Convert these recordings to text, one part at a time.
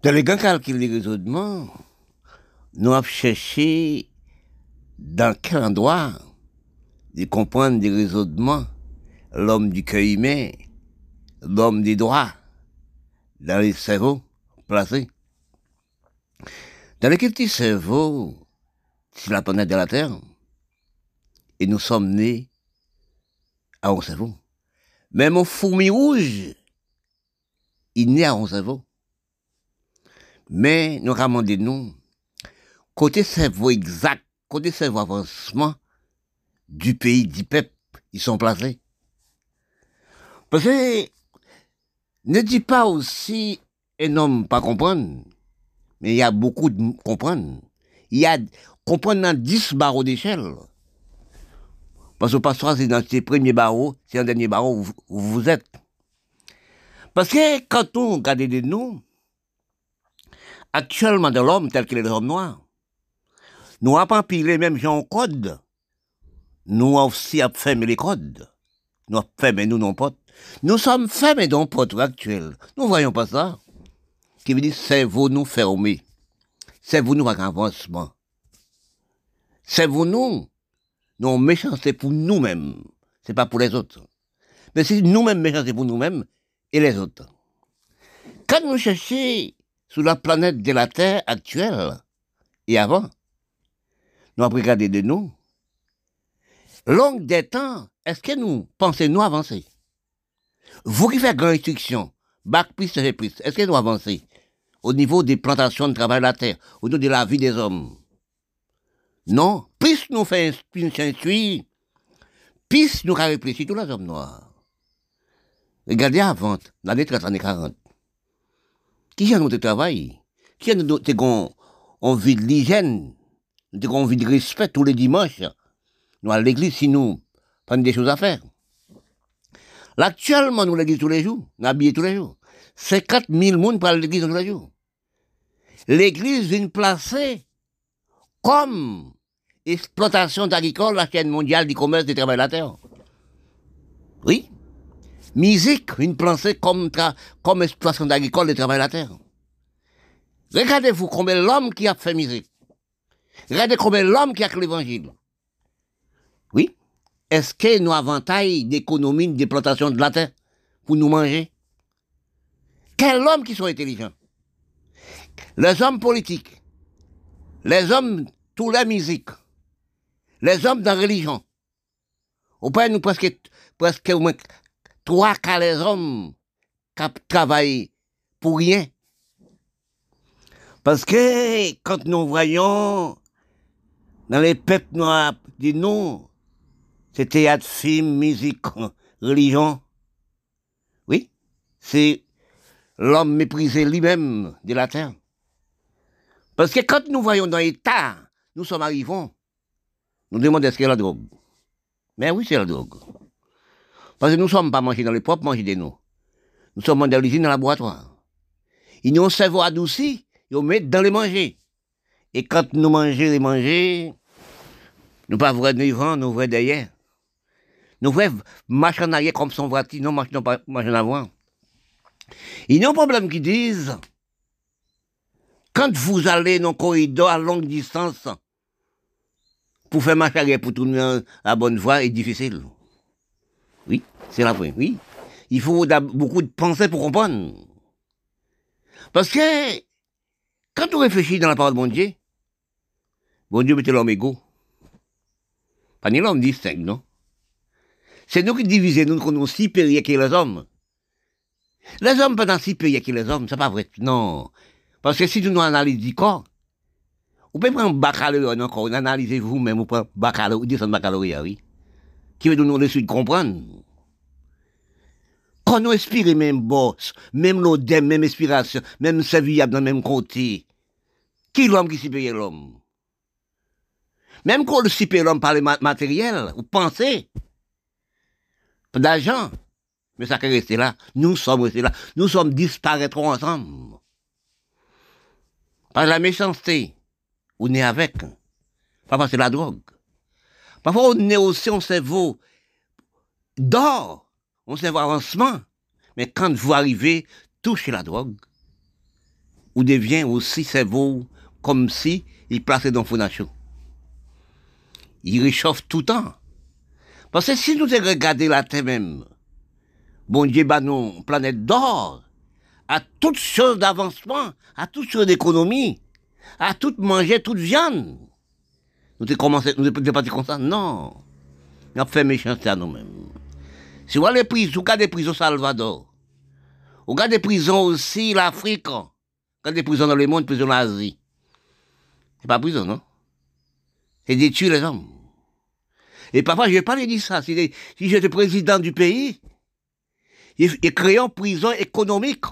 Dans les grands calculs de raisonnement, nous avons cherché dans quel endroit de comprendre des raisonnements, l'homme du cœur humain, l'homme des droits, dans les cerveaux placés. Dans les petits cerveaux, sur la planète de la Terre, et nous sommes nés à un cerveau. Même un fourmi rouge, il naît à un cerveau. Mais nous avons demandé nous, côté cerveau exact, côté cerveau avancement du pays, du peuple, ils sont placés. Parce que ne dis pas aussi un homme pas comprendre, mais il y a beaucoup de comprendre. Il y a comprendre dans 10 barreaux d'échelle. Parce que parfois, c'est dans ces premiers barreaux, c'est un dernier barreau où vous êtes. Parce que quand on regarde de nous, actuellement dans l'homme tel qu'il est l'homme noir, nous n'avons pas empilé même gens en code. Nous avons aussi fermé les codes. Nous avons fermé nous non potes. Nous sommes fermés dans le pote actuel. Nous ne voyons pas ça. Qui veut dire, c'est vous nous fermer. C'est vous nous avec avancement. C'est vous nous. Nous méchanceté pour nous-mêmes. C'est pas pour les autres. Mais c'est nous-mêmes méchanceté pour nous-mêmes et les autres. Quand nous cherchons sur la planète de la Terre actuelle et avant, nous avons regardé de nous. Longue des temps, est-ce que nous pensons nous avancer? Vous qui faites grande instruction, bac plus, est-ce que nous avançons au niveau des plantations de travail de la terre, au niveau de la vie des hommes? Non, plus nous faisons instruire, plus nous réfléchissons tous les hommes noirs. Regardez avant, dans les 30 années 40. Qui a notre travail? Qui a notre envie de l'hygiène? Nous avons envie de respect tous les dimanches. Nous à l'église si nous prenons des choses à faire. Là, actuellement, nous l'église tous les jours, nous habillons tous les jours. 50 000 personnes pour l'église tous les jours. L'église vient placer comme exploitation agricole la chaîne mondiale du commerce des travailleurs de la terre. Oui. Musique vient placer comme exploitation agricole des travailleurs de la terre. Regardez-vous combien l'homme qui a fait musique. Regardez combien l'homme qui a créé l'évangile. Oui. Est-ce que nous avons taille d'économie, de plantation de la terre pour nous manger? Quels hommes qui sont intelligents? Les hommes politiques, les hommes, tous les musiques, les hommes dans la religion. Au point, nous presque 3 quarts les hommes qui travaillent pour rien. Parce que quand nous voyons dans les peuples noirs, des noms, c'est théâtre, film, musique, religion. Oui, c'est l'homme méprisé lui-même de la terre. Parce que quand nous voyons dans l'état, nous sommes arrivés, nous demandons est-ce qu'il y a la drogue. Mais oui, c'est la drogue. Parce que nous ne sommes pas mangés dans les propres manger de nous. Nous sommes dans l'usine, dans le laboratoire. Ils nous ont cerveau adouci, ils nous mettent dans les manger. Et quand nous mangeons les manger, nous ne pas vrai devant, nous vrai derrière. Nous vrai marcher en arrière comme son voiture, non marcher en avant. Il y a un problème qui disent, quand vous allez dans un corridor à longue distance, pour faire marcher arrière pour tourner à la bonne voie est difficile. Oui, c'est la première. Oui. Il faut beaucoup de pensée pour comprendre. Parce que, quand on réfléchit dans la parole de mon Dieu mettez l'homme égaux. Pas ni l'homme distinct, non? C'est nous qui divisons, nous qu'on est supérieurs que les hommes. Les hommes pendant supérieurs que les hommes, c'est pas vrai. Non. Parce que si nous analysons du corps, vous pouvez prendre baccalauréat encore, vous analysez vous-même, vous prenez baccalauréat, vous descendez baccalauréat, oui. Qui veut nous laisser comprendre. Quand nous inspirons même boss, même l'odème, même inspiration, même serviable dans le même côté, qui est l'homme qui supérieur l'homme? Même quand le supérieur l'homme par le matériel, vous pensez, d'argent, mais ça qui est resté là, nous sommes restés là, nous sommes disparaîtrons ensemble. Par la méchanceté, on est avec. Parfois c'est la drogue. Parfois on est aussi un cerveau d'or, un cerveau avancement. Mais quand vous arrivez, touchez la drogue. ou devient aussi cerveau comme si il plaçait dans fondation. Il réchauffe tout le temps. Parce que si nous regardons la Terre même, bon Dieu, bah nous, planète d'or, à toutes choses d'avancement, à toutes choses d'économie, à tout manger, toute viande. Nous avons commencé, nous sommes partis comme ça. Non. Nous avons fait méchanceté à nous-mêmes. Si vous regardez les prisons, vous regardez les prisons au Salvador, vous regardez les prisons aussi l'Afrique, vous regardez les prisons dans le monde, les prisons en Asie. C'est pas prison, non? C'est détruire les hommes. Et parfois, je ne vais pas lui dire ça. Si j'étais président du pays, il crée une prison économique.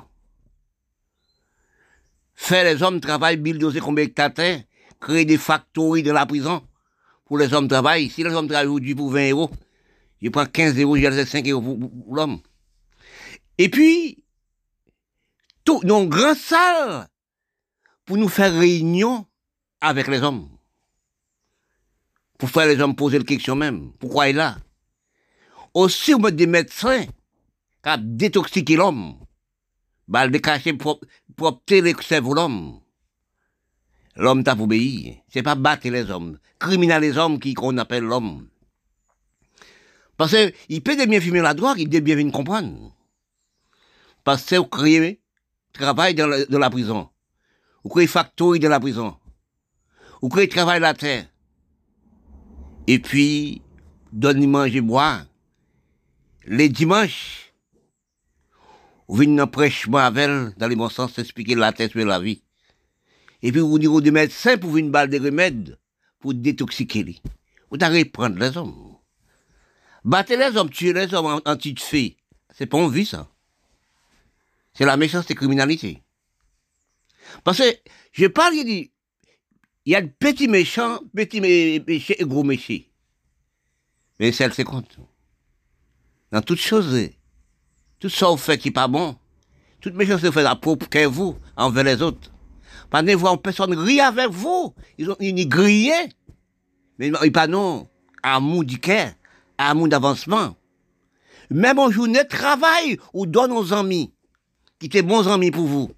Faire les hommes travailler, bulldozer comme dictateur, créer des factories dans la prison pour les hommes travaillent. Si les hommes travaillent aujourd'hui pour 20 euros, je prends 15 euros, je laisse 5 euros pour l'homme. Et puis, tout, nos grandes salles pour nous faire réunion avec les hommes. Pour faire les hommes poser la question même. Pourquoi il est là? Aussi, on met des médecins qui ont détoxiqué l'homme. Bah, le cacher pour opter le cerveau l'homme. L'homme t'a obéi. C'est pas battre les hommes. Criminaliser les hommes qu'on appelle l'homme. Parce qu'il peut bien fumer la drogue, il peut bien venir comprendre. Parce que vous créez travail dans la prison. Vous créez factory dans la prison. Vous créez travail la terre. Et puis, donnez manger, boire. Les dimanches, vous venez dans prêchement avec elle, dans les bons sens, expliquer la terre sur la vie. Et puis, vous venez des médecins pour une balle de remède, pour détoxiquer les. Vous allez prendre les hommes. Battez les hommes, tuer les hommes en petite fille. C'est pas une vie, ça. C'est la méchanceté, criminalité. Parce que, je parle, il dit, il y a de petits méchants, petits péchés et gros méchants. Mais celle, c'est compte. Dans toutes choses, tout ça vous fait qui n'est pas bon. Toute méchanceté fait la propre que vous, envers les autres. Pas de voir personne rit avec vous. Ils grillent. Mais ils pas non. Amour du cœur, amour d'avancement. Même en journée de travail, ou donne aux amis, qui étaient bons amis pour vous.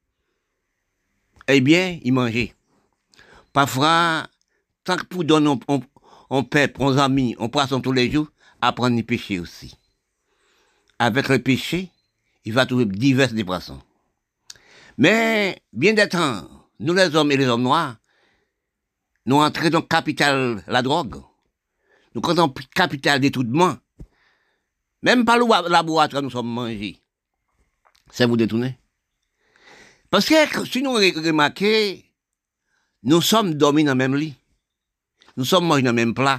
Eh bien, ils mangeaient. Parfois, tant que pour donner on peuple, aux amis, on poisson tous les jours, apprendre à pêcher aussi. Avec le péché, il va trouver divers des poissons. Mais, bien des temps, nous les hommes et les hommes noirs, nous entrons dans le capital la drogue. Nous entrons dans le capital d'étoutement. Même pas la boîte que nous sommes mangés. C'est vous détourner. Parce que si nous remarquons, nous sommes dormis dans le même lit. Nous sommes mangés dans le même plat.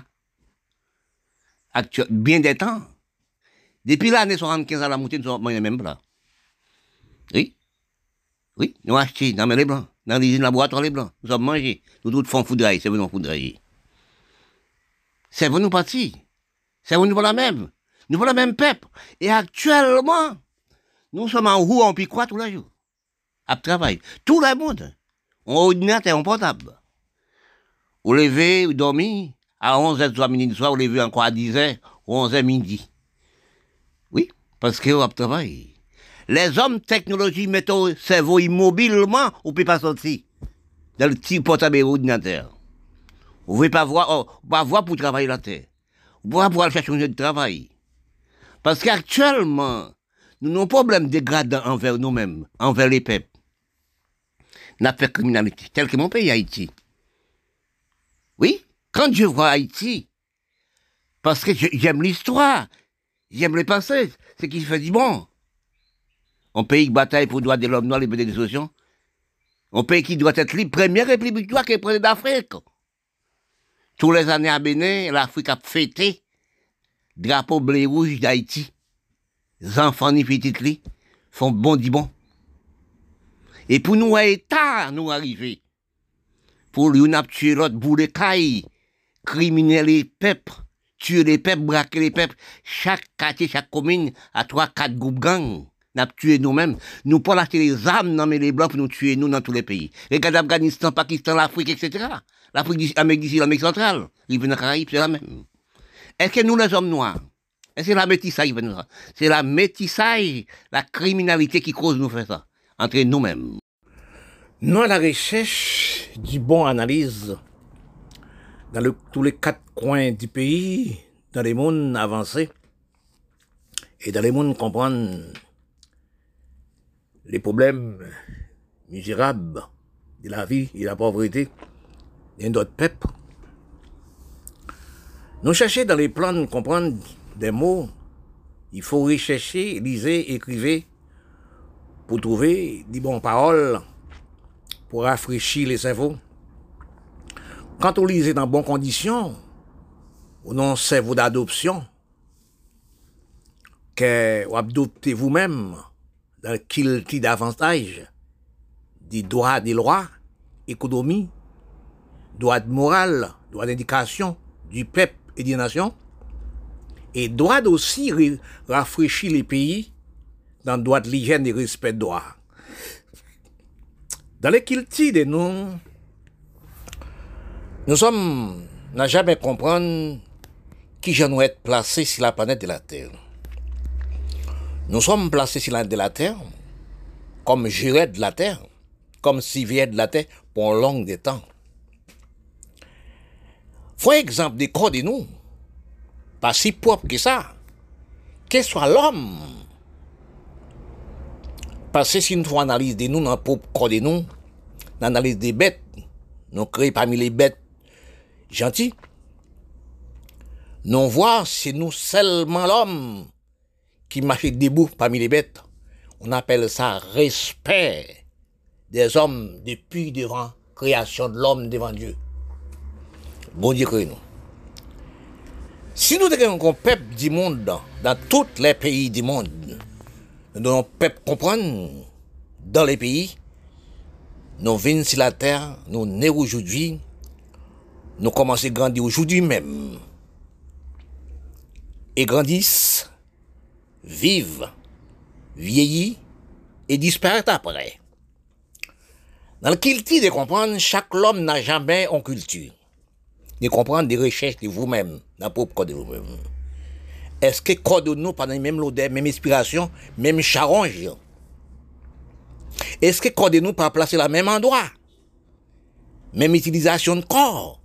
Bien des temps. Depuis l'année 75 à la montée, nous sommes mangés dans le même plat. Oui. Oui, nous avons acheté dans les blancs. Dans l'usine laboratoire, les blancs. Nous sommes mangés. Nous tous font foudrailler. C'est vous nous foudrailler. C'est vous nous partis. C'est vous nous pour la même. Nous pour la même peuple. Et actuellement, nous sommes en roue en piquois tous les jours. À travail. Tout le monde. On ordinateur, on portable. Vous levez, vous dormez. À 11h, midi du soir, vous levez encore à 10h ou 11h midi. Oui, parce que vous avez travail. Les hommes technologie mettent au cerveau immobilement, vous ne pouvez pas sortir. Dans le petit portable ordinateur. Vous ne pouvez pas voir, pour travailler la terre. Vous ne pouvez pas pouvoir chercher un de travail. Parce qu'actuellement, nous avons un problème dégradant envers nous-mêmes, envers les peuples. Nous avons fait criminalité, tel que mon pays Haïti. Oui, quand je vois Haïti, parce que j'aime l'histoire, j'aime le passé, ce qui fait du bon. Un pays qui bataille pour les droits de l'homme noir, les libertés d'expression. Un pays qui doit être libre, première république noire qui est président d'Afrique. Tous les années à Bénin, l'Afrique a fêté drapeau bleu rouge d'Haïti. Les enfants ni petites li font bon dit bon. Et pour nous, État, nous arriver. Pour lui, on a tué l'autre bout de caille, criminer les peuples, tuer les peuples, braquer les peuples. Chaque quartier, chaque commune a 3-4 groupes gangs. Nous avons tué nous-mêmes. Nous pas acheter les armes dans les blancs pour nous tuer nous dans tous les pays. Regardez Afghanistan, Pakistan, l'Afrique, etc. L'Afrique, l'Amérique d'ici, l'Amérique centrale. Ils viennent dans les Caraïbes, c'est la même. Est-ce que nous, les hommes noirs, est-ce que la métissage qui fait ça? C'est la métissage, la criminalité qui cause nous faire ça, entre nous-mêmes. Nous à la recherche du bon analyse dans tous les quatre coins du pays, dans les mondes avancés et dans les mondes comprendre les problèmes misérables de la vie et de la pauvreté d'un d'autres peuples. Nous cherchons dans les plans de comprendre des mots, il faut rechercher, liser, écrire pour trouver des bonnes paroles, pour rafraîchir les cerveaux. Quand on lisez dans bonnes conditions, ou non cerveau d'adoption, que vous adoptez vous-même dans quel type d'avantage, des droits, des lois, économie, droits de morale, droits d'indication du peuple et des nations, et droit aussi rafraîchir les pays dans le droit de l'hygiène et respect de droit. Dans les cultures de nous sommes, n'a jamais comprendre qui je nous être placés sur la planète de la Terre. Nous sommes placés sur la planète de la Terre comme jurés de la Terre, comme civils de la Terre pour un long temps. Faut exemple des corps de nous, pas si propre que ça, que soit l'homme. Parce que si nous faisons analyse de nous dans le propre corps de nous, l'analyse des bêtes, nous créons parmi les bêtes gentils, nous voyons c'est nous seulement l'homme qui marche debout parmi les bêtes. On appelle ça respect des hommes depuis devant création de l'homme devant Dieu. Bon Dieu que nous. Si nous avons un peuple du monde, dans tous les pays du monde, nous devons peuple comprendre dans les pays, nous venons sur la terre, nous nés aujourd'hui, nous commençons à grandir aujourd'hui même. Et grandissent, vivent, vieillissent et disparaissent après. Dans le culture de comprendre, chaque homme n'a jamais une culture. De comprendre des recherches de vous-même, dans le propre corps de vous-même. Est-ce que corps de nous, pendant même l'odeur, même inspiration, même charange? Est-ce que corps de nous pas placer la même endroit? Même utilisation de corps?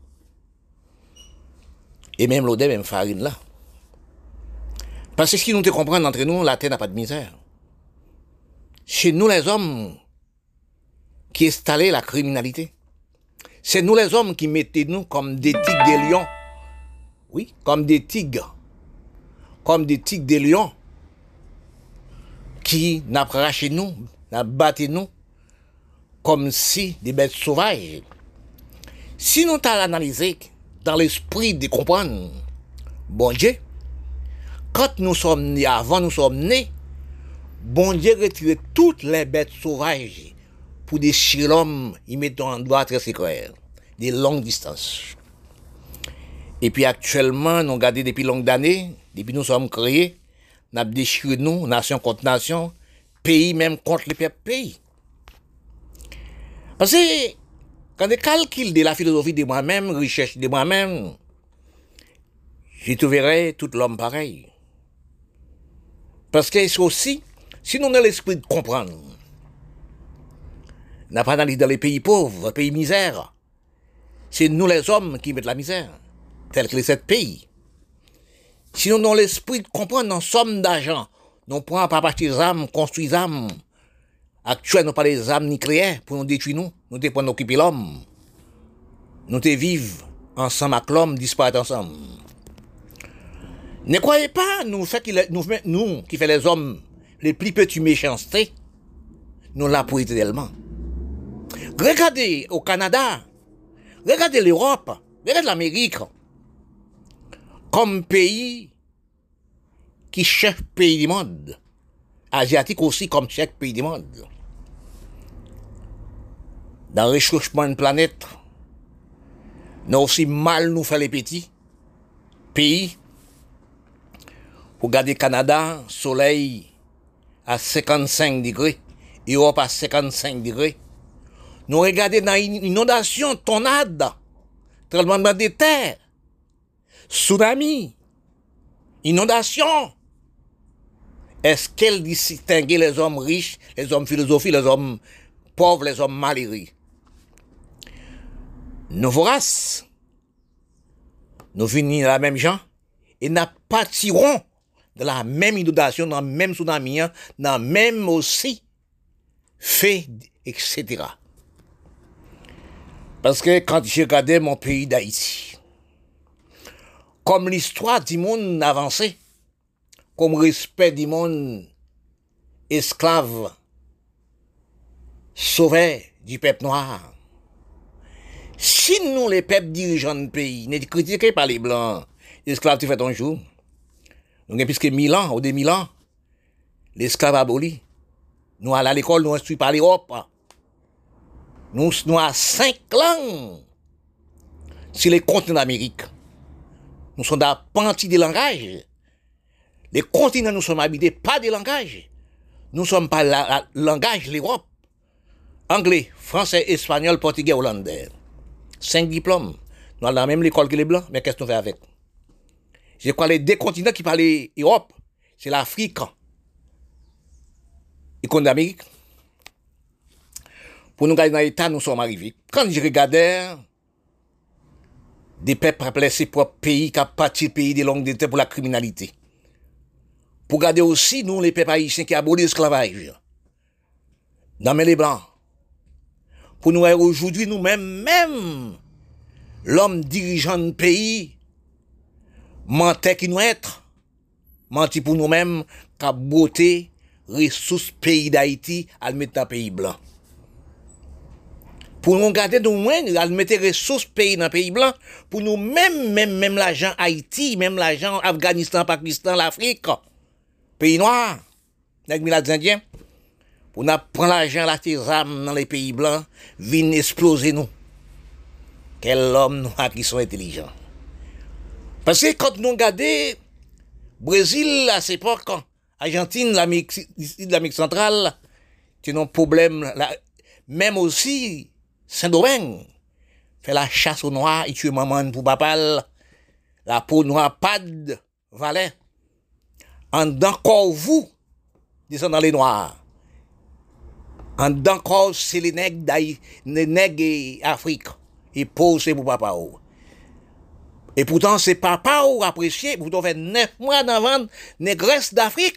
Et même l'odeur, même farine là. Parce que si nous te comprenons entre nous, la terre n'a pas de misère. Chez nous les hommes qui installent la criminalité. C'est nous les hommes qui mettez nous comme des tigres des lions. Oui, comme des tigres. Comme des tigres des lions. Qui n'approchent nous, n'abattent nous. Comme si des bêtes sauvages. Si nous t'allons analyser dans l'esprit de comprendre, bon Dieu, quand nous sommes nés, avant nous sommes nés, bon Dieu retire toutes les bêtes sauvages pour déchirer l'homme, ils mettent en droit très secret, des longues distances. Et puis actuellement, nous regardons depuis longues années, depuis nous sommes créés, nous avons déchiré nous, nation contre nation, pays même contre les pays. Parce que quand je calcule de la philosophie de moi-même, recherche de moi-même, je trouverai tout l'homme pareil. Parce que c'est aussi, si nous avons l'esprit de comprendre, n'a pas analysé dans les pays pauvres, les pays misères. C'est nous les hommes qui mettent la misère, tels que les 7 pays. Si nous avons l'esprit de comprendre, nous sommes d'argent. Nous ne pouvons pas partir des âmes, construire des âmes. Actuellement, nous pas des âmes nucléaires pour nous détruire nous. Nous devons pas nous occuper l'homme. Nous devons vivre ensemble avec l'homme, disparaître ensemble. Ne croyez pas, nous qui fait les hommes les plus petits méchancetés, nous là pour éternellement. Regardez au Canada, regardez l'Europe, regardez l'Amérique, comme pays qui cherche pays du monde, asiatique aussi comme chaque pays du monde. Dans le réchauffement de la planète, nous aussi mal nous faire les petits pays. Regardez Canada, soleil à 55 degrés, Europe à 55 degrés. Nous regardons dans une inondation, tornade, tremblement de terre, tsunami, inondation. Est-ce qu'elle distingue les hommes riches, les hommes philosophiques, les hommes pauvres, les hommes malheureux. Nous voraces, nous venons la même gens et nous partirons de la même inondation, dans le même tsunami, dans le même aussi fait, etc. Parce que quand j'ai regardé mon pays d'Haïti, comme l'histoire du monde avancé, comme respect du monde esclave, sauvé du peuple noir, si nous, les peuples dirigeants du pays, n'est critiqués par les Blancs, l'esclave tu fait ton jour, nous avons plus que 1000 ans, ou 2000 ans, l'esclave aboli. Nous allons à l'école, nous instruits par l'Europe. Nous avons 5 langues sur les continents d'Amérique. Nous sommes dans panti des langages. Les continents, nous sommes habités pas des langages. Nous ne sommes pas le langage de l'Europe. Anglais, français, espagnol, portugais, hollandais. 5 diplômes. Nous allons dans la même école que les Blancs, mais qu'est-ce qu'on fait avec? Je crois les 2 continents qui parlent Europe, c'est l'Afrique et l'Amérique. Pour nous garder dans l'État, nous sommes arrivés. Quand je regardais des peuples appelés ses propres pays, qui parti du pays des longues d'été pour la criminalité. Pour garder aussi, nous, les peuples haïtiens qui abolissent l'esclavage. Dans les Blancs. Pour nous, aujourd'hui, nous-mêmes, même l'homme dirigeant du pays, mentait qui nous être, menti pour nous-mêmes, qu'à beauté, ressources pays d'Haïti, à le mettre dans le pays blanc. Pour nous garder nous-mêmes, à le mettre ressources pays dans le pays blanc, pour nous même l'argent Haïti, même l'argent Afghanistan, Pakistan, l'Afrique, pays noirs, avec les Indiens, pour nous prendre l'argent, la tisane dans les pays blancs, viennent exploser nous. Quel homme noir qui sont intelligents. Parce que quand nous regardons Brésil à cette époque, Argentine, l'Amérique centrale, c'est un problème, même aussi Saint-Domingue, fait la chasse aux noirs, il tue maman pour papa, la peau noire, pas de valet. En dedans corps vous, descendant les noirs. En dedans corps, c'est les nègres d'Afrique. Et peau, c'est pour papa. Et pourtant, c'est papa ou apprécié, pourtant fait 9 mois d'avant, négresse d'Afrique.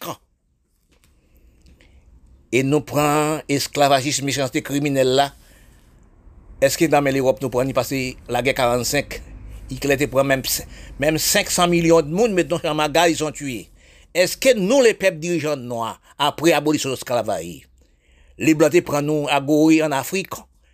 Et nous prenons esclavagisme, méchanceté criminelle là. Est-ce que dans l'Europe, nous prenons passer la guerre 45, il était pour même 500 millions de monde, maintenant, en Maga, ils sont tués. Est-ce que nous, les peuples dirigeants noirs, après l'abolition de l'esclavage, les Blancs prennent nous à Gouy en Afrique?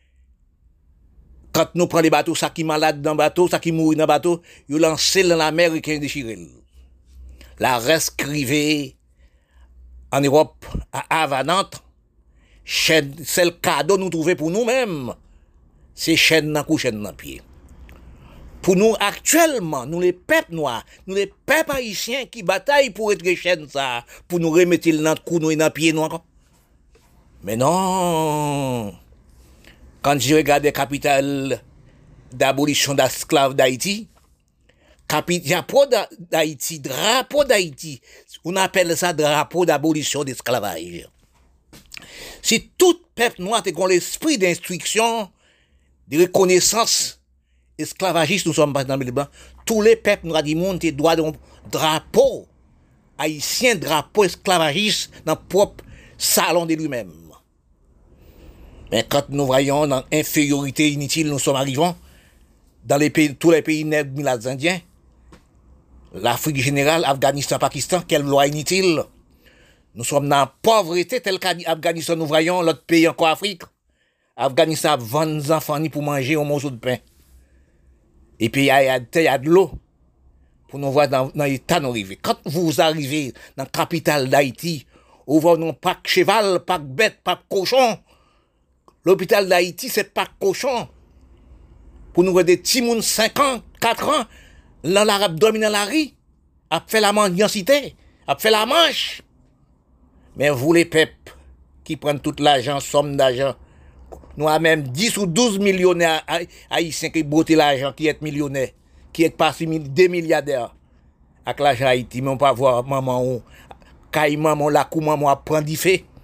Quand nous prenons les bateaux, ça qui est malade dans le bateau, ça qui mourit dans le bateau, ils lancent dans la mer et qui déchirent. La reste crivée en Europe, à Nantes, c'est le cadeau nous trouvons pour nous-mêmes. C'est chaîne dans cou, chaîne dans pied. Pour nous, actuellement, nous les peuples noirs, nous les peuples haïtiens qui bataillent pour être chaîne ça, pour nous remettre dans notre cou, nous et dans le pied noir. Mais non! Quand je regarde la capitale d'abolition d'esclaves d'Haïti, drapeau d'Haïti, drapeau d'Haïti, on appelle ça drapeau d'abolition d'esclavage. Si tout peuple noir a l'esprit d'instruction, de reconnaissance esclavagiste, nous sommes pas dans le blanc, tous les peuples noirs du monde ont droit d'un drapeau haïtien, drapeau esclavagiste dans le propre salon de lui-même. Mais quand nous voyons dans l'infériorité inutile, nous sommes arrivés dans les pays, tous les pays nègres des Indiens, l'Afrique générale, Afghanistan, Pakistan, quelle loi inutile. Nous sommes dans la pauvreté telle qu'Afghanistan, nous voyons l'autre pays encore Afrique. Afghanistan vend des enfants pour manger un morceau de pain. Et puis il y a de l'eau pour nous voir dans l'état nous arriver. Quand vous arrivez dans la capitale d'Haïti, où vous n'avez pas de cheval, pas de bête, pas de cochon, l'hôpital d'Haïti, c'est pas cochon. Pour nous voir des petits mouns 5 ans, 4 ans, là, l'arabe domine la rue, a fait la mendicité, a fait la manche. Mais vous, les peuples, qui prennent tout l'argent, somme d'argent, nous avons même 10 ou 12 millionnaires haïtiens qui bottent l'argent, qui sont millionnaires, qui sont passés 2 milliardaires. Avec l'argent Haïti, mais on ne peut pas voir maman ou, quand maman, la coup maman a prendre du fait.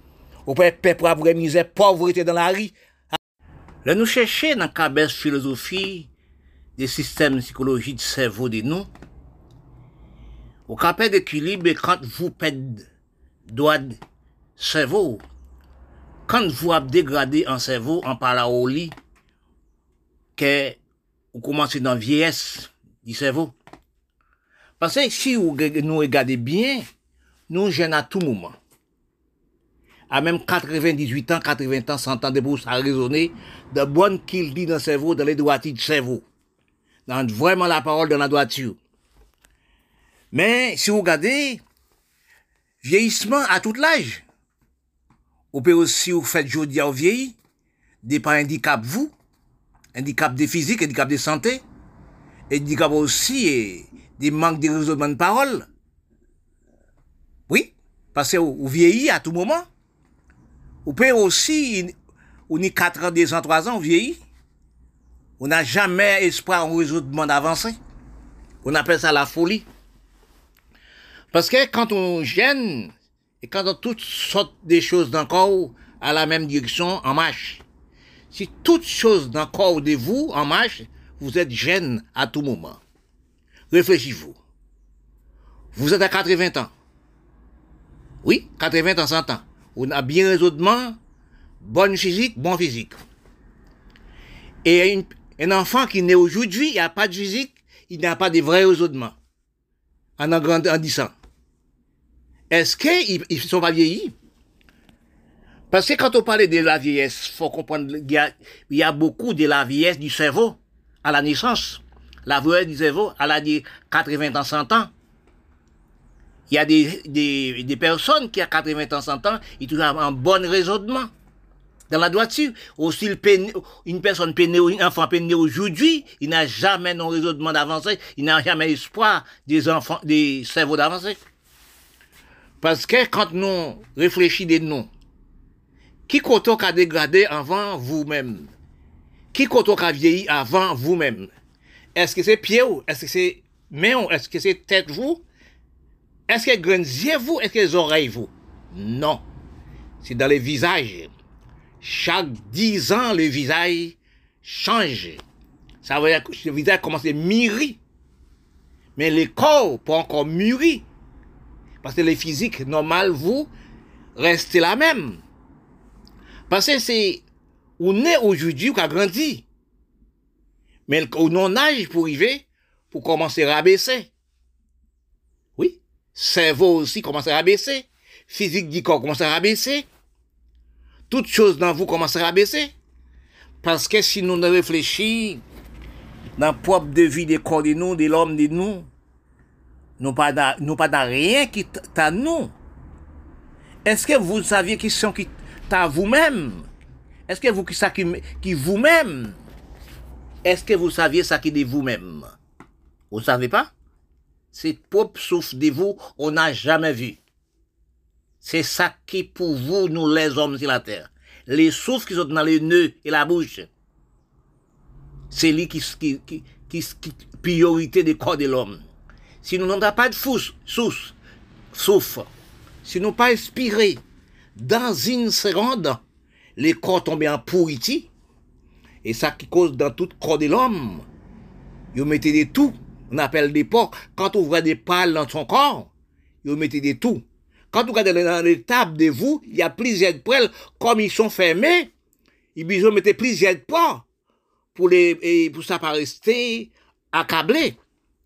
Ou peut être pour misère, pauvreté dans la rue. Là, nous cherchons dans la belle philosophie des systèmes psychologiques du cerveau de nous. Au capet d'équilibre, quand vous perdez droit de cerveau, quand vous avez dégradé un cerveau en parlant au lit, que vous commencez dans la vieillesse du cerveau. Parce que si vous nous regardez bien, nous jeunes à tout moment. À même 98 ans, 80 ans, 100 ans, de pour ça raisonner, de bonne qu'il dit dans le cerveau, dans les droitiers du cerveau. Dans vraiment la parole dans la droiture. Mais si vous regardez, vieillissement à tout l'âge. Vous pouvez aussi vous faire aujourd'hui au vieilli, des par handicap vous, handicap des physiques, handicap de santé, handicap aussi et des manques de raisonnement de parole. Oui, parce que vous vieillit à tout moment. Vous pouvez aussi, on a 4 ans, 2 ans, 3 ans, vous vieillit. On n'a jamais espoir en raisonnement d'avancer. On appelle ça la folie. Parce que quand on gêne, et quand on toutes sortes de choses dans le corps à la même direction, en marche. Si toutes choses dans le corps de vous, en marche, vous êtes gêne à tout moment. Réfléchissez-vous. Vous êtes à 80 ans. Oui, 80 ans, 100 ans. On a bien raisonnement, bonne physique, bon physique. Et un enfant qui naît aujourd'hui, il n'y a pas de physique, il n'a pas de vrai raisonnement. En grandissant. Est-ce qu'ils ne sont pas vieillis? Parce que quand on parle de la vieillesse, il faut comprendre qu'il y a beaucoup de la vieillesse du cerveau à la naissance. La vieillesse du cerveau à la 80 ans, 100 ans. Il y a des personnes qui, à 80 ans, 100 ans, ils ont un bon raisonnement. Dans la droiture, aussi une personne un enfant né aujourd'hui, il n'a jamais non raisonnement d'avancer, il n'a jamais espoir des cerveaux d'avancer. Parce que quand nous réfléchissons de nous, qui compte qu'à dégrader avant vous-même? Qui compte qu'à vieillir avant vous-même? Est-ce que c'est pied ou? Est-ce que c'est main ou? Est-ce que c'est tête vous? Est-ce que grands yeux vous? Est-ce que les oreilles vous? Non. C'est dans les visages. Chaque 10 ans, le visage change. Ça veut dire que le visage commence à mûrir. Mais le corps pas encore mûri. Parce que les physiques normales, vous, restez la même. Parce que c'est, on est aujourd'hui, on a grandi. Mais au non-âge pour arriver, pour commencer à rabaisser. Oui. Cerveau aussi commence à rabaisser. Physique du corps commence à rabaisser. Toutes choses dans vous commencent à rabaisser. Parce que si nous ne réfléchissons dans le propre de vie des corps de nous, de l'homme de nous, nous pas dans rien qui t'a nous. Est-ce que vous saviez qui sont qui t'a vous-même? Est-ce que vous qui vous-même? Est-ce que vous saviez ça qui est de vous-même? Vous ne savez pas? C'est propre souffle de vous, on n'a jamais vu. C'est ça qui pour vous, nous les hommes sur la terre. Les souffles qui sont dans les nœuds et la bouche. C'est lui qui priorité des corps de l'homme. Si nous n'avons pas de souffle, si nous pas inspiré, dans une seconde, les corps tombent en pourriti. Et ça qui cause dans tout corps de l'homme. Vous mettez des tout, on appelle des porcs. Quand on voit des pales dans son corps, vous mettez des tout. Quand vous regardez dans les tables de vous, il y a plusieurs poêles, comme ils sont fermés, ils besoin mettre plusieurs poids pour ça pas rester accablé.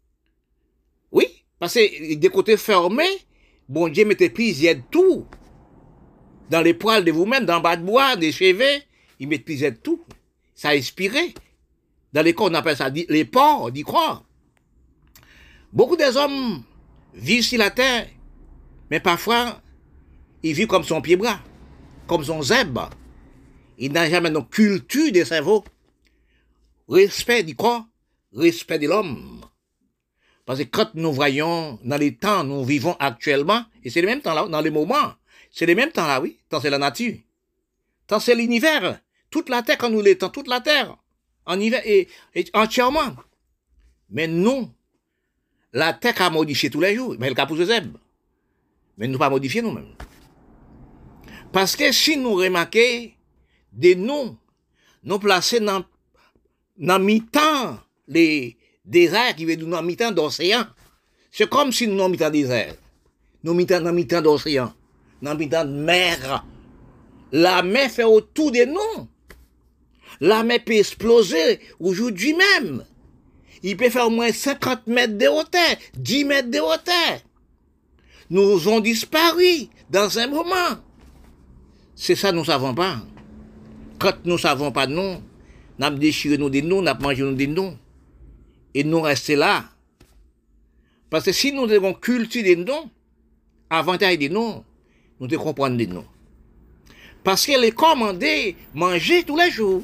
Oui, parce que des côtés fermés, bon Dieu mettez plusieurs tout dans les poils de vous-même, dans le bas de bois, des cheveux, ils mettent plusieurs tout. Ça a inspiré. Dans les corps, on appelle ça les porcs, d'y croire. Beaucoup des hommes vivent sur la terre, mais parfois, ils vivent comme son pied-bras, comme son zèbre. Il n'a jamais de culture des cerveaux. Respect du corps, respect de l'homme. Parce que quand nous voyons, dans les temps, nous vivons actuellement, et c'est les mêmes temps là, dans les moments, c'est les mêmes temps là, oui, tant c'est la nature. Tant c'est l'univers. Toute la terre, quand nous l'étends, toute la terre, en hiver, et entièrement. Mais nous, la terre a modifié tous les jours, mais elle a poussé zèbre. Mais nous pas modifier nous-mêmes. Parce que si nous remarquons des noms, nous placés dans mi-temps les déserts qui veut dire dans mi-temps d'océan. C'est comme si nous dans mi-temps désert. Nous dans mi-temps d'océan, dans mi-temps de mer. La mer fait autour de nous. La mer peut exploser aujourd'hui même. Il peut faire au moins 50 mètres de hauteur, 10 mètres de hauteur. Nous ont disparu dans un moment. C'est ça, nous ne savons pas. Quand nous ne savons pas nous, nous avons déchiré nous des noms, nous avons mangé nous des noms. Et nous restons là. Parce que si nous devons cultiver des noms, avantage des noms, nous devons comprendre des noms. Parce que les commander manger tous les jours.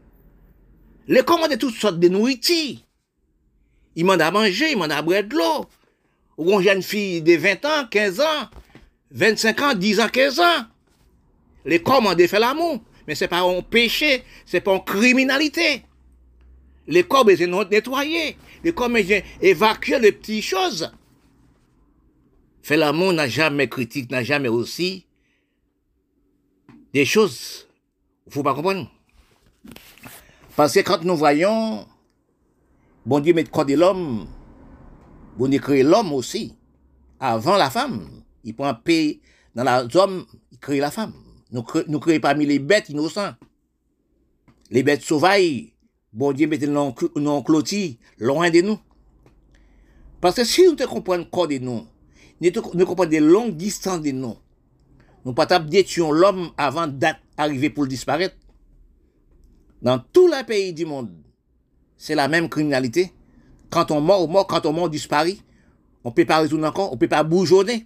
Les commander toutes sortes de nourriture. Ils mandent à manger, ils mandent à boire de l'eau. Ou une jeune fille de 20 ans, 15 ans, 25 ans, 10 ans, 15 ans. Les commander faire l'amour. Mais c'est pas un péché, c'est pas une criminalité. Les corps besoin nettoyer. Les corps besoin évacuer les petites choses. Faire l'amour n'a jamais critique, n'a jamais aussi des choses. Il faut pas comprendre. Parce que quand nous voyons, bon Dieu met le corps de l'homme, bon Dieu crée l'homme aussi, avant la femme. Il prend paix dans l'homme, il crée la femme. Nous créons parmi les bêtes innocentes. Les bêtes sauvages, bon Dieu met non clôtis, loin de nous. Parce que si nous te comprenons le corps de nous, nous comprenons des longues distances de nous, nous pas détruire l'homme avant d'arriver pour disparaître. Dans tous les pays du monde, c'est la même criminalité. Quand on mort, quand on disparaît, on ne peut pas retourner encore, on ne peut pas bourgeonner.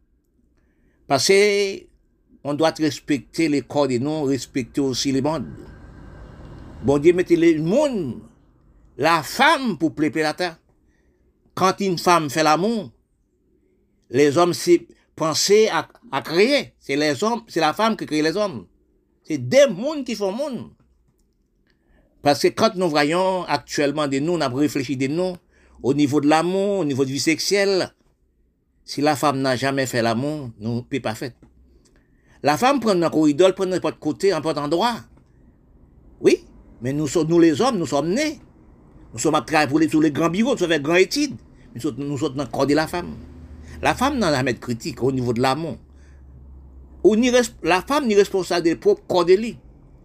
Parce que on doit respecter les corps de nous, respecter aussi les mondes. Bon Dieu, mettez le monde, la femme pour préparer la terre. Quand une femme fait l'amour, les hommes c'est penser à créer. C'est les hommes, c'est la femme qui crée les hommes. C'est des mondes qui font monde. Parce que quand nous voyons actuellement de nous, on a réfléchi de nous, au niveau de l'amour, au niveau de vie sexuelle, si la femme n'a jamais fait l'amour, nous ne pouvons pas faire. La femme prend un corridor, prend n'importe côté, n'importe endroit. Oui, mais nous les hommes, nous sommes nés. Nous sommes à travailler sur les grands bureaux, nous sommes avec grandes études. Nous sommes dans le corps de la femme. La femme n'a jamais de critique au niveau de l'amour. La femme n'est responsable des propres corps de lui.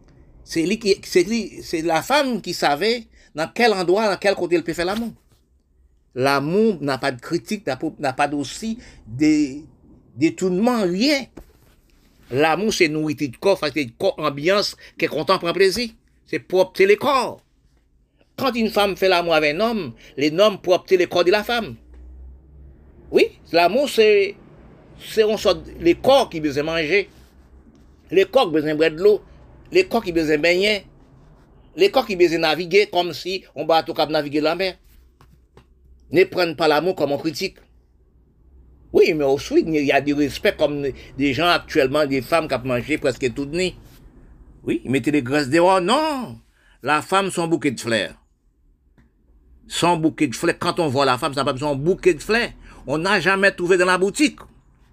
C'est la femme qui savait dans quel endroit, dans quel côté elle peut faire l'amour. L'amour n'a pas de critique, n'a pas aussi de détournement, rien. L'amour, c'est nourriture de corps, c'est une ambiance qui est content, prend plaisir. C'est propre, c'est le corps. Quand une femme fait l'amour avec un homme, les hommes propre, le corps de la femme. Oui, l'amour, c'est les corps qui besoin manger, les corps qui besoin boire de l'eau, les corps qui besoin baigner, les corps qui besoin naviguer comme si on bateau cap naviguer la mer. Ne prennent pas l'amour comme on critique. Oui, mais aussi, il y a du respect comme des gens actuellement, des femmes qui ont mangé presque toute nuit. Oui, ils mettaient les graisses dehors. Non, la femme, son bouquet de fleurs. Son bouquet de fleurs. Quand on voit la femme, ça n'a pas besoin d'un bouquet de fleurs. On n'a jamais trouvé dans la boutique.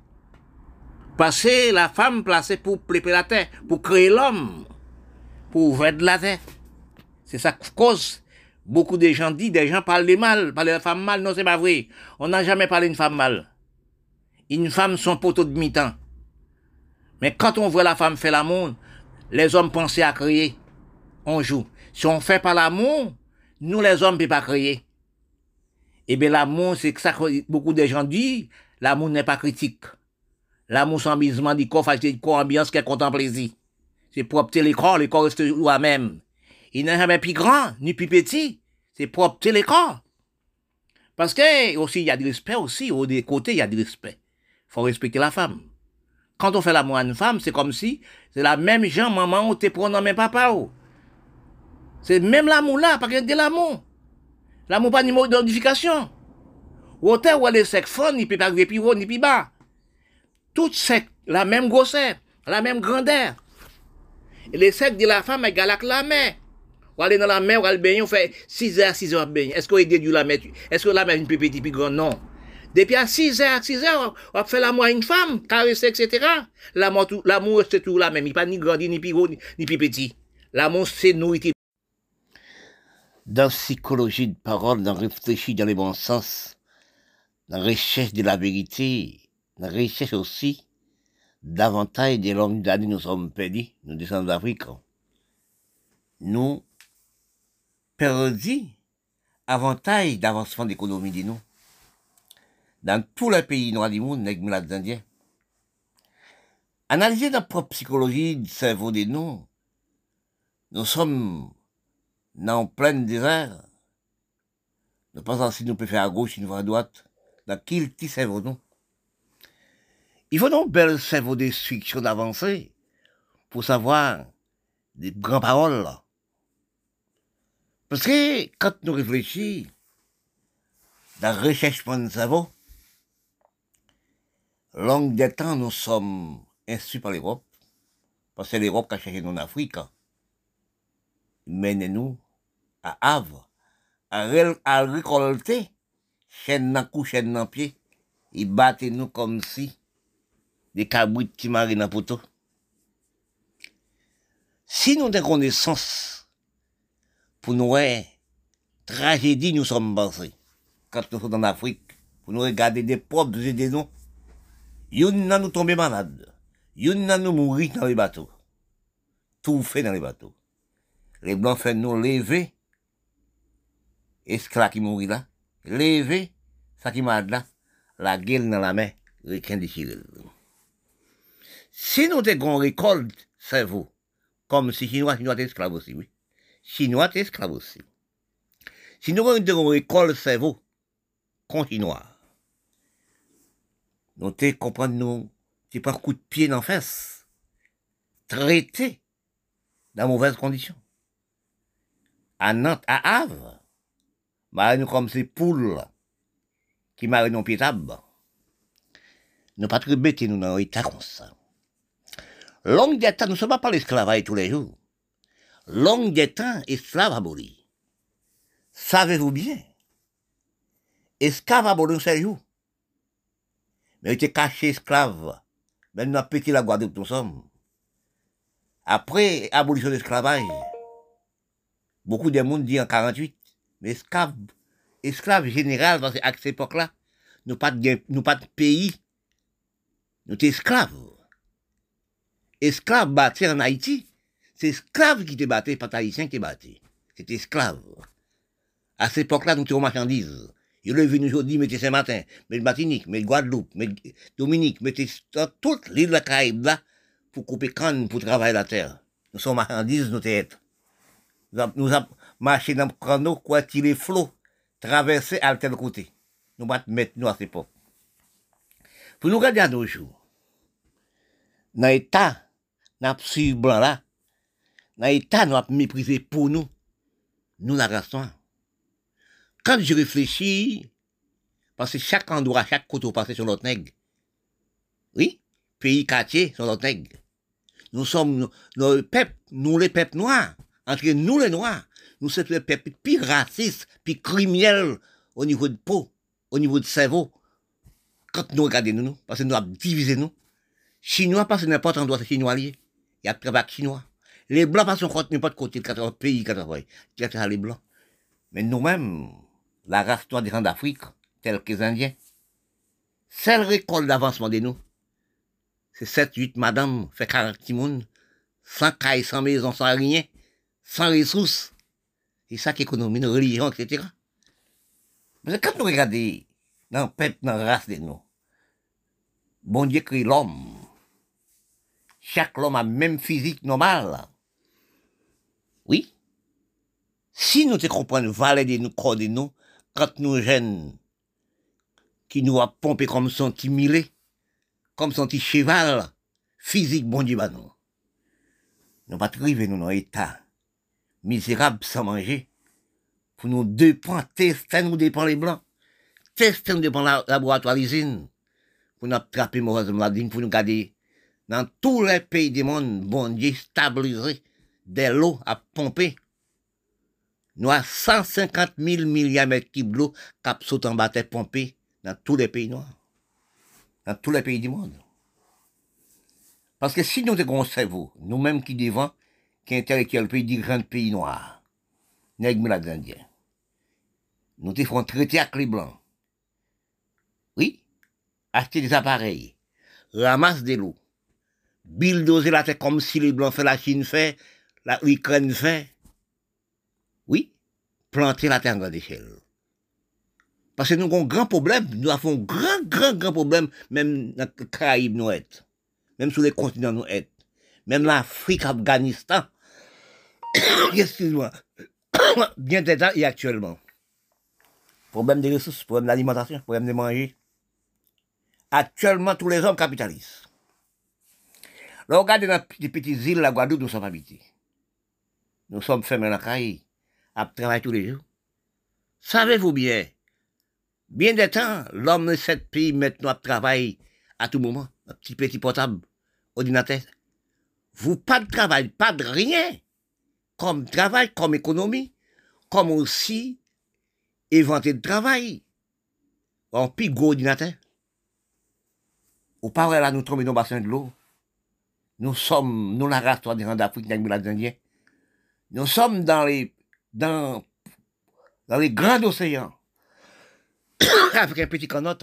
Parce que la femme placée pour préparer la terre, pour créer l'homme, pour ouvrir de la terre. C'est ça qui cause. Beaucoup de gens disent, des gens parlent de mal, parlent de la femme mal. Non, c'est pas vrai. On n'a jamais parlé d'une femme mal. Une femme, son poteau de mi-temps. Mais quand on voit la femme faire l'amour, les hommes pensent à créer. On joue. Si on ne fait pas l'amour, nous les hommes ne pouvons pas créer. Eh bien, l'amour, c'est que ça que beaucoup de gens disent, l'amour n'est pas critique. L'amour, c'est amusement du corps, c'est une ambiance qui est content plaisir. C'est propre les corps reste lui-même. Il n'est jamais plus grand, ni plus petit. C'est propre les corps. Parce que, aussi, il y a du respect aussi. Au des côtés, il y a du respect. Il faut respecter la femme. Quand on fait l'amour à une femme, c'est comme si c'est la même genre, maman, ou te prend dans mes papa. C'est même l'amour là, pas que de l'amour. L'amour pas de modification. Autant où les secs fond, il peut pas arriver plus haut ni plus bas. Tout sec, la même grosseur, la même grandeur. Et les secs de la femme égale avec la mer. On aller dans la mer, on va le baigner, on fait 6 heures baigner. Est-ce qu'on est déduit la mer? Est-ce que la mer est une plus petite, plus grande? Non. Depuis à 6 heures, on fait l'amour à une femme, caresser, etc. L'amour, c'est tout là même. Il n'y a pas ni grandi, ni plus gros, ni plus petit. L'amour, c'est nourriture. Dans psychologie de parole, dans réfléchir dans les bons sens, dans recherche de la vérité, dans recherche aussi davantage des longues années nous sommes perdus, nous descendons d'Afrique. Nous perdus avantage d'avancement d'économie de nous. Dans tous les pays noirs du monde, les Indiens. Analyser notre propre psychologie du cerveau de nous sommes dans plein désert. Nous pensons si nous pouvons faire à gauche, nous faire à droite. Dans quel petit cerveau nous? Il faut donc bel cerveau d'instruction d'avancer pour savoir des grandes paroles. Parce que quand nous réfléchissons dans la recherche de cerveau, longue des temps, nous sommes instruits par l'Europe, parce que l'Europe qui a cherché en Afrique, mène nous à Havre, à récolter, chaîne dans cou, chaîne dans pied, ils battent nous comme si des cabrites qui marient dans poteau. Si nous avons connaissance pour nous, tragédie, nous sommes pensés, quand nous sommes en Afrique, pour nous regarder des propres et des noms, y'en a nous tomber malade, y'en a nous mourir dans les bateaux, tout fait dans les bateaux. Les blancs font nous lever, esclaves qui mourir là, lever, ça qui m'a là, la gueule dans la main, requin déchiré. Si nous avons récolte cerveau, comme si Chinois étaient esclaves aussi, oui. Chinois étaient esclaves aussi. Si nous avons récolte cerveau, contre Chinois, nous te comprendre nous, c'est pas un coup de pied dans la fesse, traité dans mauvaises conditions. À Nantes, à Havre, nous comme ces poules qui marient nos pieds table. Nous pas très bêtes, nous dans l'état comme ça. Longue des temps, nous ne sommes pas l'esclavage tous les jours. Longue des temps, esclave aboli. Savez-vous bien? Esclave aboli un seul jour. Mais il était caché esclave. Maintenant, petit la Guadeloupe, nous sommes. Après abolition de l'esclavage, beaucoup de monde dit en 48, mais esclave général, parce qu'à cette époque-là, nous pas de pays, nous sommes esclaves. Esclaves battus en Haïti, c'est esclaves qui te battaient, pas haïtiens qui battaient. C'est esclaves. À cette époque-là, nous sommes marchandises. Il est venu aujourd'hui, mettez Saint-Martin, mettez Martinique, mettez Guadeloupe, mettez Dominique, mettez toute l'île de la Caraïbe là, pour couper canne, pour travailler la terre. Nous sommes marchandises, nous têtes. Nous avons marché dans le canot, quoi, tirer flot, traverser à tel côté. Nous allons mettre nous à cette époque. Pour nous regarder à nos jours, dans l'état, nous avons suivi blanc là, dans l'état, nous avons méprisé pour nous la race noire. Quand je réfléchis, parce que chaque endroit, chaque côté passé sur notre nègre, oui, pays, quartier, sur notre nègre. Nous sommes, nos peuples, nous les peuples noirs, entre nous les noirs, nous sommes les peuples plus racistes, plus criminels au niveau de peau, au niveau de cerveau. Quand nous regardons nous, parce que nous avons divisé nous. Chinois, parce que n'importe endroit, c'est chinois lié. Il y a travail chinois. Les blancs, parce qu'on compte n'importe côté, 80 pays, 80, les blancs. Mais nous-mêmes, la race noire des gens d'Afrique, tels que les Indiens, seule récolte d'avancement de nous, c'est 7, 8 madame, fait 40 timounes, sans caille, sans maison, sans rien, sans ressources. C'est ça qui économie, nos religions, etc. Mais quand nous regardons dans le peuple, dans la race de nous, bon Dieu crée l'homme. Chaque homme a même physique normal. Oui. Si nous te comprenons, valer de nous, corps de nous, quand nous jeunes, qui nous a pompé comme son petit millet, comme son petit cheval, physique, bon Dieu, bah non. Nous pas arriver nous dans l'état misérable sans manger. Pour nous dépend, tester nous dépend les blancs. Tester nous dépend la laboratoire l'usine. Pour nous attraper mauvaise maladie, pour nous garder dans tous les pays du monde, bon Dieu, stabiliser des lots à pomper. Nous avons 150 000 milliards de mètres cubes d'eau qui sautent en bas pomper dans tous les pays noirs, dans tous les pays du monde. Parce que si nous avons un cerveau, nous-mêmes qui devons, qui intellectuels pays, dirigeants de pays noirs, nègres les Indiens, nous te font traiter avec les Blancs. Oui, acheter des appareils, ramasser de l'eau, bulldozer la terre comme si les Blancs fait, la Chine fait, l'Ukraine fait. Oui, planter la terre en grande échelle. Parce que nous avons un grand problème, nous avons un grand problème, même dans les Caraïbes, nous sommes. Même sur les continents, nous sommes. Même l'Afrique, Afghanistan. Excuse-moi. Bien d'état et actuellement. Problème des ressources, problème d'alimentation, problème de manger. Actuellement, tous les hommes capitalistes. Là, regardez dans les petites îles, la Guadeloupe, nous sommes habités. Nous sommes fermés dans la Caraïbe, à travailler tous les jours. Savez-vous bien des temps, l'homme de cette pays maintenant travaille à tout moment, un petit portable, ordinateur. Vous pas de travail, pas de rien, comme travail, comme économie, comme aussi inventer de travail. En plus gros ordinateur. Au parle là, nous tombons dans le bassin de l'eau. Nous sommes, nous la race des gens d'Afrique, des Indiens. Nous sommes dans les grands océans. Avec un petit canot.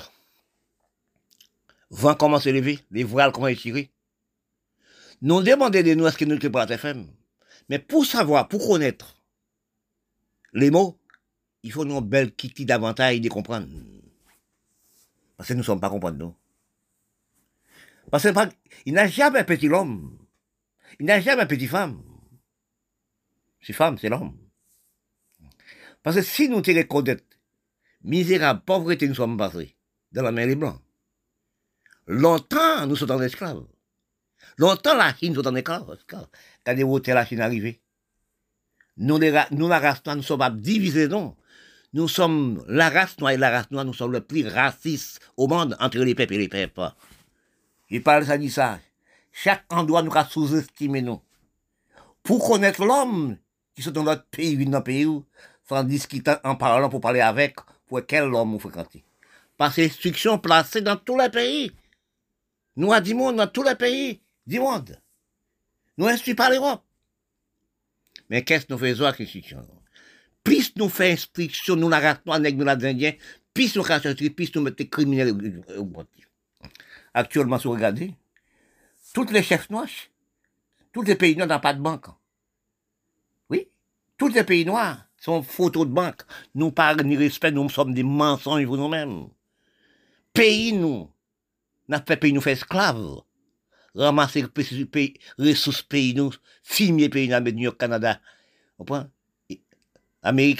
Vent commence à lever, les voiles commencent à tirer. Nous demandons de nous est-ce que nous ne pas faire. Mais pour savoir, pour connaître les mots, il faut nous belle kitty davantage de comprendre. Parce que nous ne sommes pas comprendre, nous. Parce qu'il n'a jamais un petit homme. Il n'a jamais un petit femme. C'est femme, c'est l'homme. Parce que si nous te reconnaissons, misérable, pauvreté, nous sommes passés dans la main des Blancs. Longtemps, nous sommes en esclaves. Longtemps, la Chine sont en esclaves. Quand les hôtels, la Chine arrivée. Nous, la race noire, nous sommes divisés, non. Nous sommes la race noire et la race noire, nous sommes le plus racistes au monde entre les peuples et les peuples. Je parle, ça dit ça. Chaque endroit, nous avons sous-estimé, nous. Pour connaître l'homme qui sont dans notre pays, dans notre pays, sans discuter, en parlant, pour parler avec, pour quel homme vous fréquentez. Parce que l'instruction placée dans tous les pays. Nous avons du monde dans tous les pays du monde. Nous instruisons par l'Europe. Mais qu'est-ce que nous faisons avec l'instruction? Plus nous faisons instruction, nous la race noire, nous la Indiens, plus nous cachons, plus nous mettons des criminels. Actuellement, si vous regardez, tous les chefs noirs, tous les pays noirs n'ont pas de banque. Oui, tous les pays noirs sont photos de banque. Nous parlons ni respect, nous sommes des mensonges pour nous-mêmes. Pays, nous, n'a fait pays nous fait esclaves. Ramasser les ressources pays, nous, filmer pays dans New York, Canada, Amérique.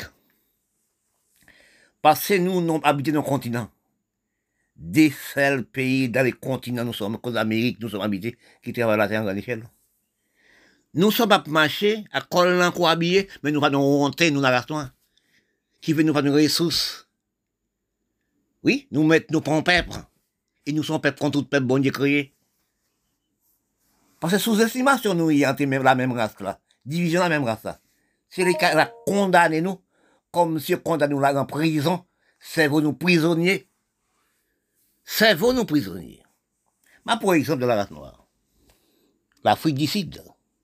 Parce que nous habitons dans le continent. Des seuls pays dans les continents, nous sommes, comme l'Amérique, nous sommes habités, qui travaillent la terre en grande échelle. Nous sommes à marcher, à coller encore habillés, mais nous allons honter, nous n'arrêtons. Qui veut nous faire nos ressources. Oui, nous mettons nos pans peuple. Et nous sommes peuple contre tout peuple bon Dieu créé. Parce que sous-estimation, nous, il y a la même race là. Division la même race là. C'est les cas, la condamner nous, comme si on condamne nous là en prison, c'est vous nous prisonniers. C'est vous nous prisonniers. Mais pour exemple de la race noire, l'Afrique du Sud,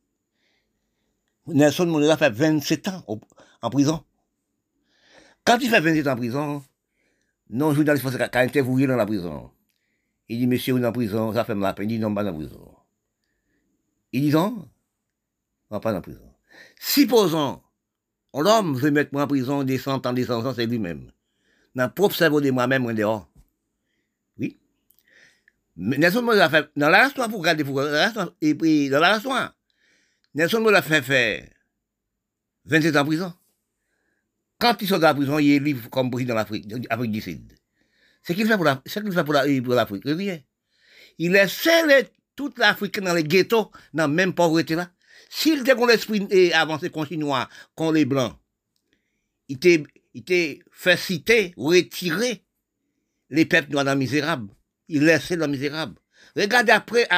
Nelson Mandela fait 27 ans en prison. Quand il fait 27 ans en prison, non journaliste français qui a interviewé dans la prison. Il dit, monsieur, vous êtes en prison, ça fait mal la peine. Il dit, non, pas dans la prison. Il dit, non, on va pas dans la prison. Supposons, l'homme veut mettre moi en prison des 100 ans, c'est lui-même. Dans le propre cerveau de moi-même, on est dehors. Oui. Mais Nelson Mandela fait, dans la race noire, vous regardez, et puis dans la race noire, Nelson Mandela fait 27 ans en prison. Quand il sort de la prison, il est libre comme président de l'Afrique du Sud. C'est qu'il fait pour l'Afrique, rien. Il laisse toute l'Afrique dans les ghettos, dans la même pauvreté là. S'il était qu'on l'esprit avancé contre les Noirs, contre les Blancs, il était fait citer, retirer les peuples noirs dans misérable. Il laissait dans misérable. Regardez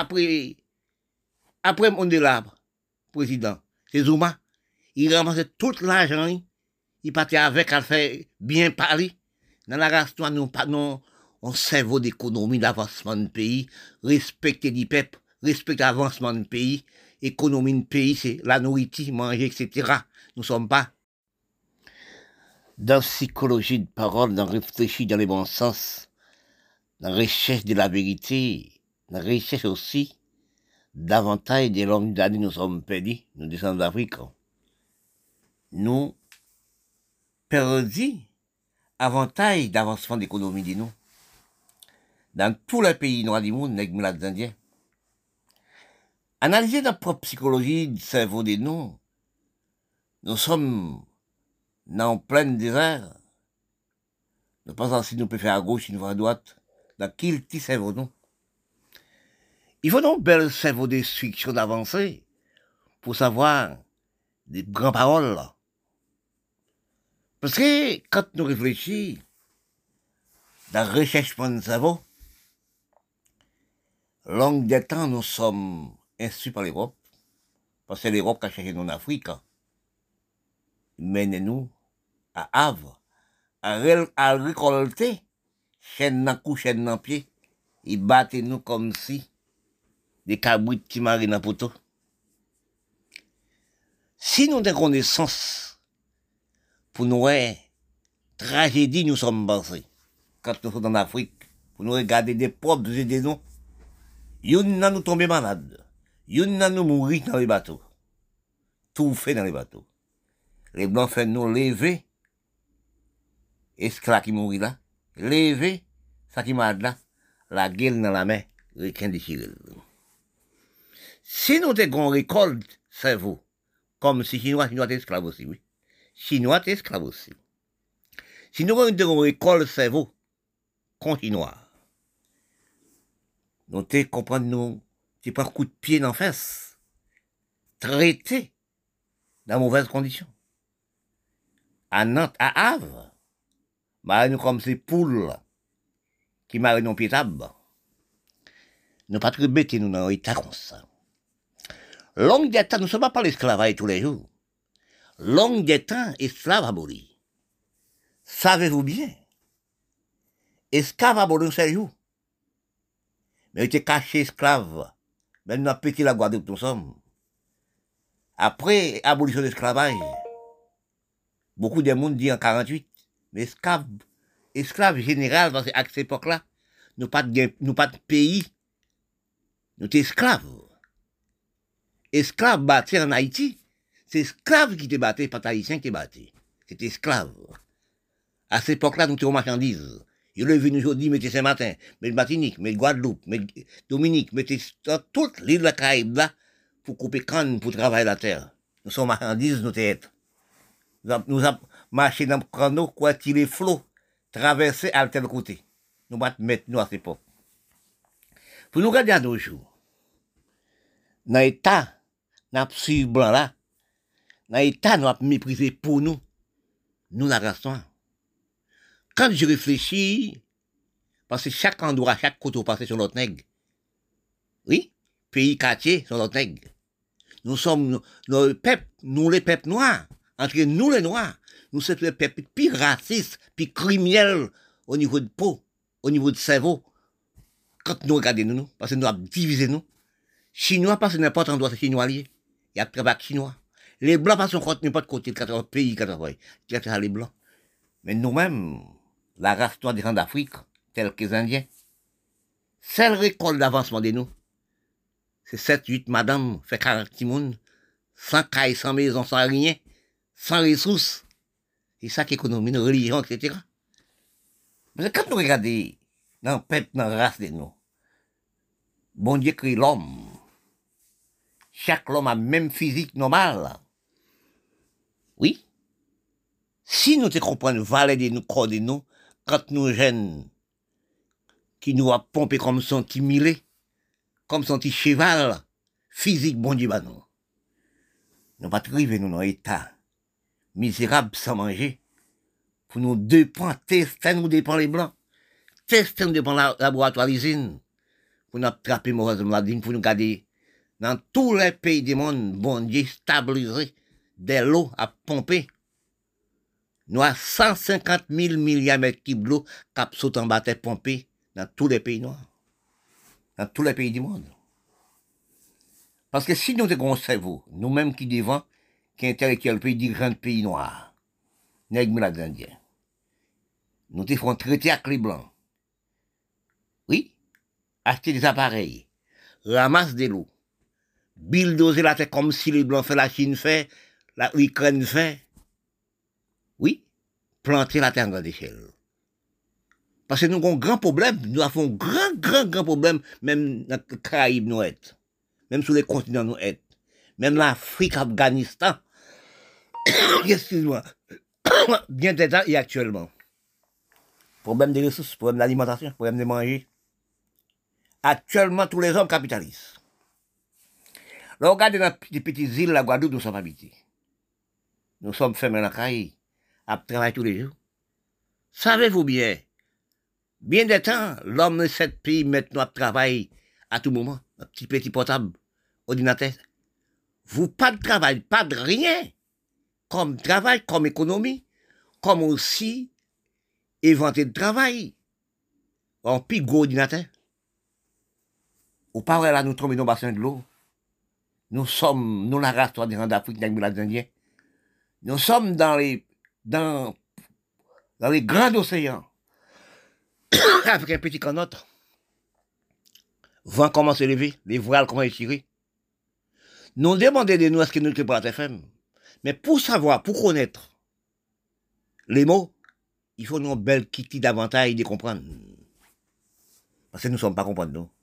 après Mandela, président, c'est Zuma. Il ramassait tout l'argent, il partait avec, elle fait bien parler. Dans la race noire, un cerveau d'économie, d'avancement de pays, respecter du peuple, respecter l'avancement de pays, économie de pays, c'est la nourriture, manger, etc. Nous ne sommes pas dans la psychologie de parole, dans réfléchir dans les bons sens, dans la recherche de la vérité, dans la recherche aussi davantage des longues années nous sommes perdus, nous descendons d'Afrique. Nous perdons avantage d'avancement d'économie de nous. Dans tous les pays noirs du monde, les malades indiens. Analyser notre propre psychologie du cerveau de nous, nous sommes dans plein désert. Nous pensons si nous pouvons faire à gauche, nous à droite, dans quel petit cerveau nous. Il faut donc bel cerveau d'instruction d'avancer pour savoir des grandes paroles. Parce que quand nous réfléchissons dans la recherche de cerveau, longue des temps, nous sommes instruits par l'Europe, parce que c'est l'Europe qui a cherché nous en Afrique. Mène-nous à Havre, à récolter, chaîne dans cou, chaîne dans pied, et battez-nous comme si des cabrites qui marient dans le poteau. Si nous avons connaissance pour nous, tragédie, nous sommes passés. Quand nous sommes en Afrique, pour nous regarder des propres idées, nous, y'en a nous tombé malade. Y'en a nous mourir dans les bateaux. Tout fait dans les bateaux. Les Blancs font nous lever. Esclaves qui mourit là. Lever, ça qui m'a là. La gueule dans la main, requin déchiré. Si nous avons une récolte, cerveau, comme si Chinois étaient esclaves aussi, oui. Chinois étaient esclaves aussi. Si nous avons une récolte, cerveau, comme Chinois, nous te comprendre nous, tu prends un coup de pied dans la fesse, traité dans mauvaises conditions. À Nantes, à Havre, nous comme ces poules qui marient nos pieds tables. Nous pas très bêtés, nous, dans un état comme ça. Longue des temps, nous ne sommes pas l'esclavage tous les jours. Longue des temps, esclave aboli. Savez-vous bien? Esclave aboli, c'est jour. Mais il était caché esclave. Même dans petit la Guadeloupe, nous sommes. Après abolition de l'esclavage, beaucoup de monde dit en 48, mais esclave général, parce qu'à cette époque-là, nous pas de pays, nous sommes esclaves. Esclaves battus en Haïti, c'est esclaves qui te battaient, pas haïtiens qui te battaient. C'était esclaves. À cette époque-là, nous étions marchandises. Il est venu aujourd'hui, mettez Saint-Martin, mettez Martinique, mettez Guadeloupe, mettez Dominique, mettez toute l'île de la Caraïbe là, pour couper canne, pour travailler la terre. Nous sommes marchandises, nos têtes. Nous avons marché dans le canot, quoi, tirer flot, traverser à tel côté. Nous allons mettre nous à cette époque. Pour nous regarder à nos jours, dans l'état, dans le blanc là, dans l'état, nous avons méprisé pour nous, la race noire. Quand je réfléchis, parce que chaque endroit, chaque côté passé sur notre nègre. Oui, pays, quartier, sur notre nègre. Nous sommes, nos peuples, nous les peuples noirs, entre nous les noirs, nous sommes les peuples plus racistes, plus criminels au niveau de peau, au niveau de cerveau. Quand nous regardons nous, parce que nous avons divisé nous. Chinois, parce que n'importe endroit, c'est chinois lié. Il y a travail chinois. Les blancs, parce qu'on n'importe côté, 80 pays, 80, il y a les blancs. Mais nous-mêmes, la race noire des gens d'Afrique, tels que les Indiens, seule récolte d'avancement de nous, c'est 7, 8 madame, fait 40 timounes, sans caille, sans maison, sans rien, sans ressources. C'est ça qui économie, nos religions, etc. Mais quand nous regardons dans le peuple, dans la race de nous, bon Dieu crée l'homme. Chaque homme a même physique normale. Oui. Si nous te comprenons, valeur de nous, corps de nous, quand nous jeunes, qui nous a pompé comme son petit millet, comme son petit cheval, physique, bon Dieu, bah non. Nous pas arriver nous dans l'état misérable sans manger. Pour nous dépendre, tester nous dépend les blancs. Tester nous dépend la laboratoire l'usine. Pour nous attraper mauvaise maladie, pour nous garder dans tous les pays du monde, bon Dieu, stabiliser des lots à pomper. Nous avons 150 000 milliards de mètres cubes d'eau qui sautent en bas pomper dans tous les pays noirs, dans tous les pays du monde. Parce que si nous avons un cerveau, nous-mêmes qui devant, qui intellectuels, pays dirigeants de pays noirs, nègres les Indiens, nous te ferons traiter avec les blancs. Oui, acheter des appareils, ramasse de l'eau, bulldozer la terre comme si les blancs fait, la Chine fait, l'Ukraine fait. Oui, planter la terre en grande échelle. Parce que nous avons un grand problème, nous avons un grand problème, même dans les Caraïbes, nous sommes, même sur les continents, nous sommes, même l'Afrique, Afghanistan, excuse-moi, bien des temps et actuellement. Problème des ressources, problème d'alimentation, problème de manger. Actuellement, tous les hommes capitalistes. Là, regardez dans les petites îles, la Guadeloupe, nous sommes habités. Nous sommes fermés dans la Caraïbe, à travailler tous les jours. Savez-vous bien, bien des temps, l'homme de ce pays maintenant travaille à tout moment, un petit portable, ordinateur. Vous pas de travail, pas de rien, comme travail, comme économie, comme aussi inventer de travail, en plus gros ordinateur. Au parle là, nous tombons dans le bassin de l'eau. Nous sommes, nous la race des d'Afrique, des Indiens. Nous sommes dans les grands océans, avec un petit qu'un autre. Vent commence à se lever, les voiles commencent à tirer. Nous demandons de nous est-ce que nous sommes pas FM. Mais pour savoir, pour connaître les mots, il faut une belle kitty davantage de comprendre. Parce que nous ne sommes pas comprendre, non.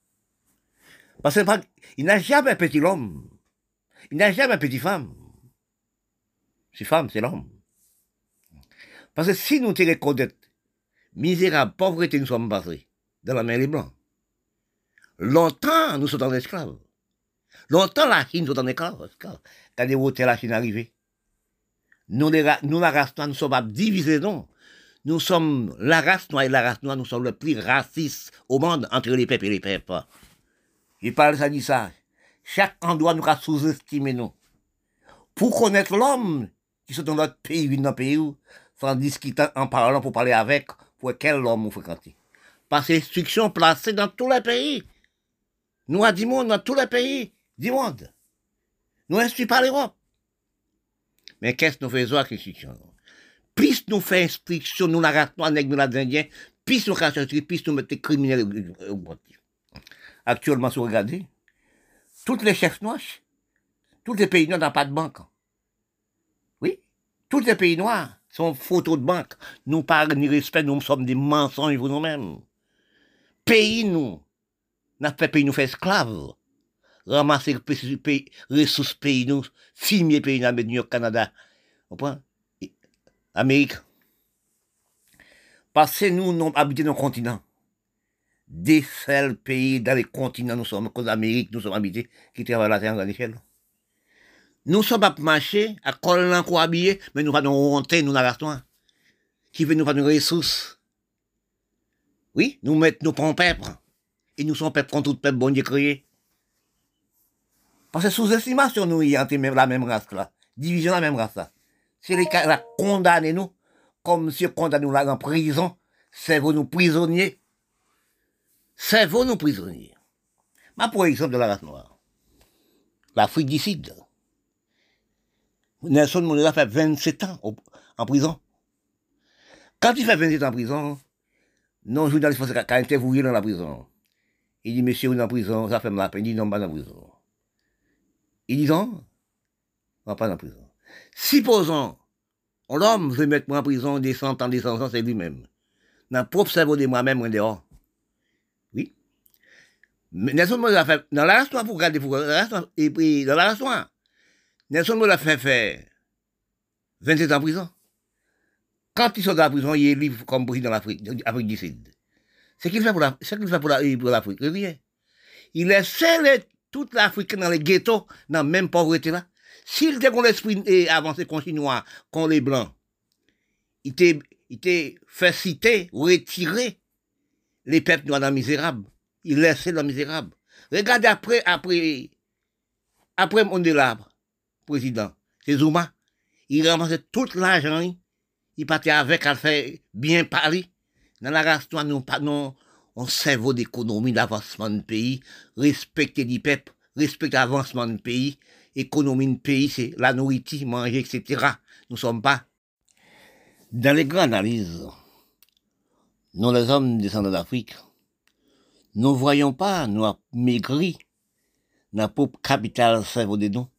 Parce qu'il n'a jamais un petit homme. Il n'a jamais un petit femme. C'est femme, c'est l'homme. Parce que si nous te reconnaissons, misérable, pauvreté, nous sommes passés dans la main des Blancs. Longtemps, nous sommes en esclaves. Longtemps, la Chine nous sommes en esclaves. Quand les hôtels, la Chine arrivée. Nous, la race noire, nous sommes à diviser, non. Nous sommes la race noire et la race noire, nous sommes le plus racistes au monde entre les peuples et les peuples. Je parle, ça dit ça. Chaque endroit nous a sous-estimé, nous. Pour connaître l'homme qui sont dans notre pays, dans le pays, sans discuter, en parlant pour parler avec, pour quel homme vous fréquentez. Parce que l'instruction placée dans tous les pays. Nous avons du monde dans tous les pays du monde. Nous instruisons par l'Europe. Mais qu'est-ce que nous faisons avec l'instruction? Plus nous faisons instruction, nous la race noire, nous les Indiens, plus nous faisons instruction, plus nous mettons criminels au bout. Actuellement, si vous regardez, tous les chefs noirs, tous les pays noirs n'ont pas de banque. Oui, tous les pays noirs sont photos de banque. Nous parlons ni respect, nous sommes des mensonges pour nous-mêmes. Pays, nous, n'a fait pays, nous fait esclaves. Ramasser les ressources pays, nous, filmer pays, nous, New York, Canada, Amérique. Parce que nous habitons dans le continent. Des seuls pays dans les continents, nous sommes, cause d'Amérique, nous sommes habités, qui travaillent la terre en échelle. Nous sommes à marcher, à coller encore habillés, mais nous allons honter, nous, la race noire, qui veut nous faire des ressources. Oui, nous mettons nos propres peuples, et nous sommes peuples contre tout peuple, bon Dieu créé. Parce que sous-estimation, nous, y a la même race là, division la même race là. C'est les cas, la condamner nous, comme si on condamne nous là en prison, c'est vous nous prisonniers. Cerveau nos prisonniers. Mais pour exemple de la race noire, l'Afrique du Sud, Nelson Mandela fait 27 ans en prison. Quand il fait 27 ans en prison, non journaliste français qui a interviewé dans la prison, il dit, monsieur, vous êtes en prison, ça fait mal. Il dit, non, pas en prison. Il dit, non, on va pas en prison. Supposons, l'homme veut mettre moi en prison des 100 ans, c'est lui-même. Dans le propre cerveau de moi-même, on est dehors. Oui. Mais Nelson Mandela fait, dans la race noire, vous regardez, et puis dans la race noire, Nelson Mandela fait 27 ans en prison. Quand il sort de la prison, il est libre comme président de l'Afrique du Sud. C'est qu'il fait pour l'Afrique, rien. Il laisse toute l'Afrique dans les ghettos, dans la même pauvreté là. S'il était qu'on l'esprit avancé contre les Noirs, contre les Blancs, il était fait citer, retirer les peuples noirs dans la misérable. Il laissait dans la misérable. Regardez après Mandela, président, c'est Zuma. Il ramassait tout l'argent, il partait avec, à faire bien parler. Dans la race noire, un cerveau d'économie, d'avancement de pays, respecter du peuple, respecter l'avancement de pays, économie de pays, c'est la nourriture, manger, etc. Nous ne sommes pas. Dans les grandes analyses, nous les hommes descendants d'Afrique, nous ne voyons pas, nous avons maigri dans la propre capitale cerveau de nous.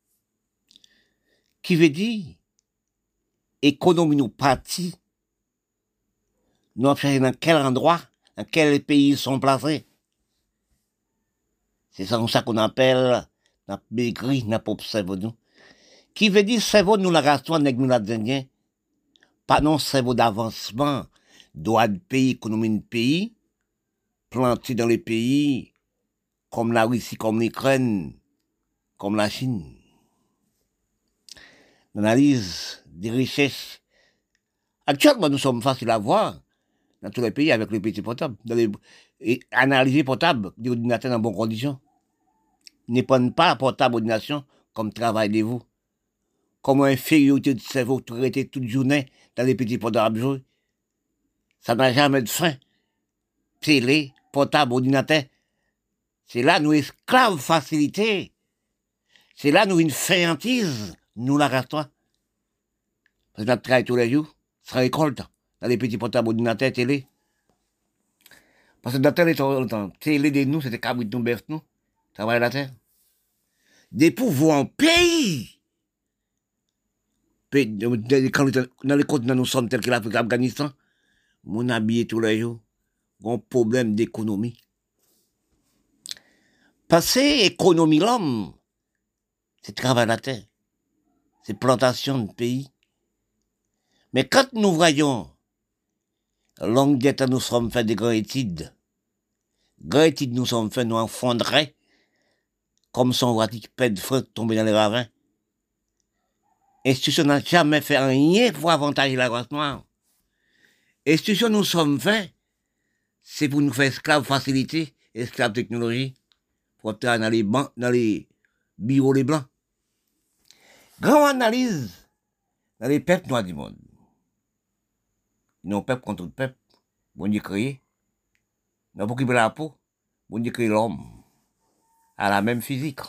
Qui veut dire, économie nous partie, nous avons cherché dans quel endroit, dans quel pays ils sont placés. C'est ça qu'on appelle la maigri, dans propre cerveau de nous. Qui veut dire, cerveau nous la race, nous la Indiens, pas non cerveau d'avancement, droit de pays, économie de pays, planté dans les pays, comme la Russie, comme l'Ukraine, comme la Chine. L'analyse des richesses. Actuellement, nous sommes faciles à voir dans tous les pays avec les petits portables. Et analyser portable, des ordinateurs dans bonnes conditions. Ne prenez pas portable ordination comme travail de vous. Comme infériorité de cerveau, traiter toute journée dans les petits portables joués. Ça n'a jamais de fin. Télé, portable, ordinateur. C'est là nous esclaves facilités. C'est là nous une fainéantise, nous la race-toi. Parce que nous travaillons tous les jours, ça récolte dans les petits portables, ordinateurs, télé. Parce que dans le temps, télé de nous, c'était cabrit nous, bœuf nous, travail la terre. Des pouvoirs en pays. Dans les continents, nous sommes tels que l'Afrique, l'Afghanistan, mon habillé tous les jours, un problème d'économie. Parce que l'économie, l'homme, c'est travail la terre, c'est plantation de pays. Mais quand nous voyons, longue dette, nous sommes fait des grandes études. Grandes études, nous sommes fait, nous enfondrer, comme son voiture qui pète de feu, tomber dans les ravins. Institution n'a jamais fait rien pour avantager la race noire. Institution nous sommes faits, c'est pour nous faire esclaves facilité, esclaves technologie, pour obtenir dans les bureaux les blancs. Grande analyse dans les peuples noirs du monde. Non peuple contre le peuple, bon Dieu créé. Non pour qui la peau, bon Dieu créé l'homme à la même physique.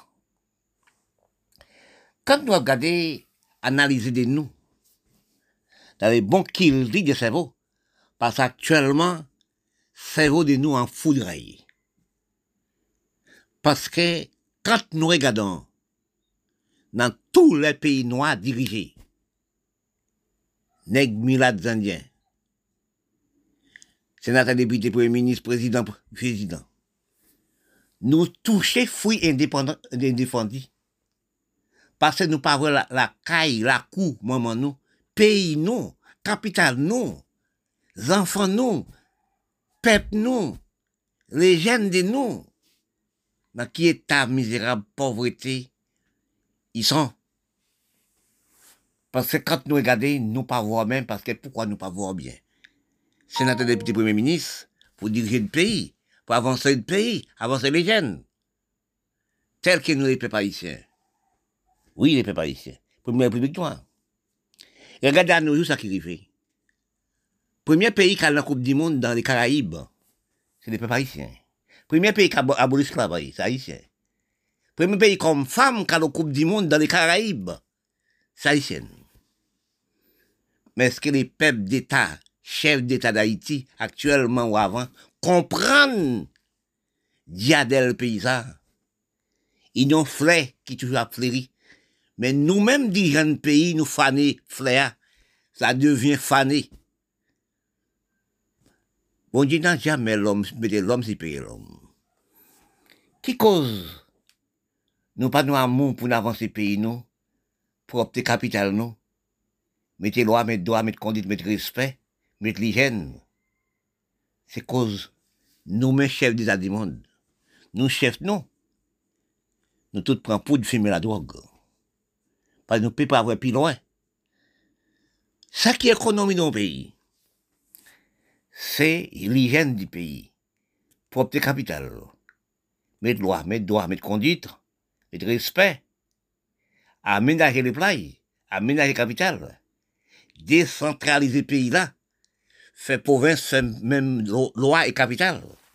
Quand nous regardons, analyser de nous, dans les bons kills de cerveau, parce qu'actuellement, cerveau de nous en foudroie. Parce que quand nous regardons dans tous les pays noirs dirigés, nègres, mulâtres, indiens, sénateurs, députés, premier ministre, président, nous touchons fruits indéfendus. Parce que nous pas voir la caille, la cour, maman nous, pays nous, capitale nous, enfants nous, peuple nous, les jeunes de nous, dans qui état misérable, pauvreté, ils sont. Parce que quand nous regardons, nous pas voir même, parce que pourquoi nous pas voir bien? Sénateur, député, premier ministre, pour diriger le pays, pour avancer le pays, avancer les jeunes, tels que nous les peuples haïtiens. Oui, les peuples haïtiens. Première République noire. Regardez à nos jours ça qui arrive. Premier pays qui a la Coupe du Monde dans les Caraïbes, c'est les peuples haïtiens. Premier pays qui a aboli l'esclavage, c'est haïtien. Premier pays comme femme qui a la Coupe du Monde dans les Caraïbes, c'est haïtien. Mais est-ce que les peuples d'État, chefs d'État d'Haïti, actuellement ou avant, comprennent diadel paysan? Ils ont fleur qui toujours a fleuri. Mais nous-mêmes, dirigeants de pays, nous fanés, fleur, ça devient fané. Bon Dieu n'a jamais l'homme, mettez l'homme si payer l'homme. Qui cause? Nous pas nous amour pour avancer pays, nous, pour opter capital, nous. Mettez loi, mettre droit, mettre conduite, mettre respect, mettre l'hygiène. C'est cause, nous-mêmes chefs d'État du monde. Nous chefs, non. Nous tous prenons pour de fumer la drogue. Parce que nous ne pouvons pas avoir plus loin. Ça qui est économie dans le pays, c'est l'hygiène du pays. Propre capital. Mettre loi, mettre droit, mettre conduite, mettre respect. Aménager les plages, aménager capital. Décentraliser le pays là. Faire province, faire même loi et capital.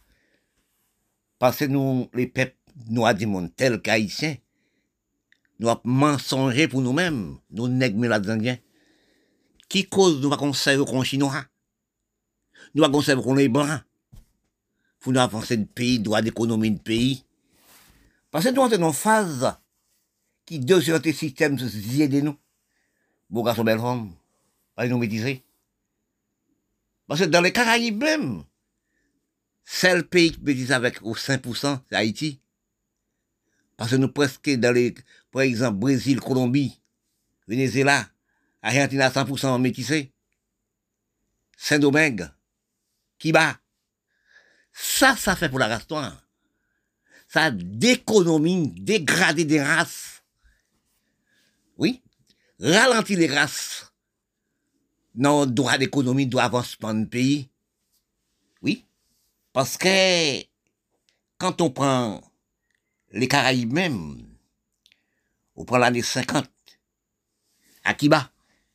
Parce que nous, les peuples noirs du monde, tels qu'haïtiens, nous avons mensongé pour nous-mêmes, nous nègres mélatondiens. Qui cause nous pas conserver qu'on chinois? Nous pas conserver qu'on les blancs? Pour nous avancer de pays, droit d'économie de pays. Parce que nous sommes dans une phase qui deux sur le système de nous. Beau garçon, belle femme, pas nous métiser. Parce que dans les Caraïbes même, c'est le pays qui métise avec au 5%, c'est Haïti. Parce que nous presque dans les, par exemple, Brésil, Colombie, Venezuela, Argentine à 100% métissé. Saint-Domingue, Cuba. Ça fait pour la race noire. Ça d'économie, dégrader des races. Oui, ralentir les races. Non, droit d'économie, droit avancement de pays. Oui, parce que quand on prend les Caraïbes même, on prend l'année 50, à Cuba.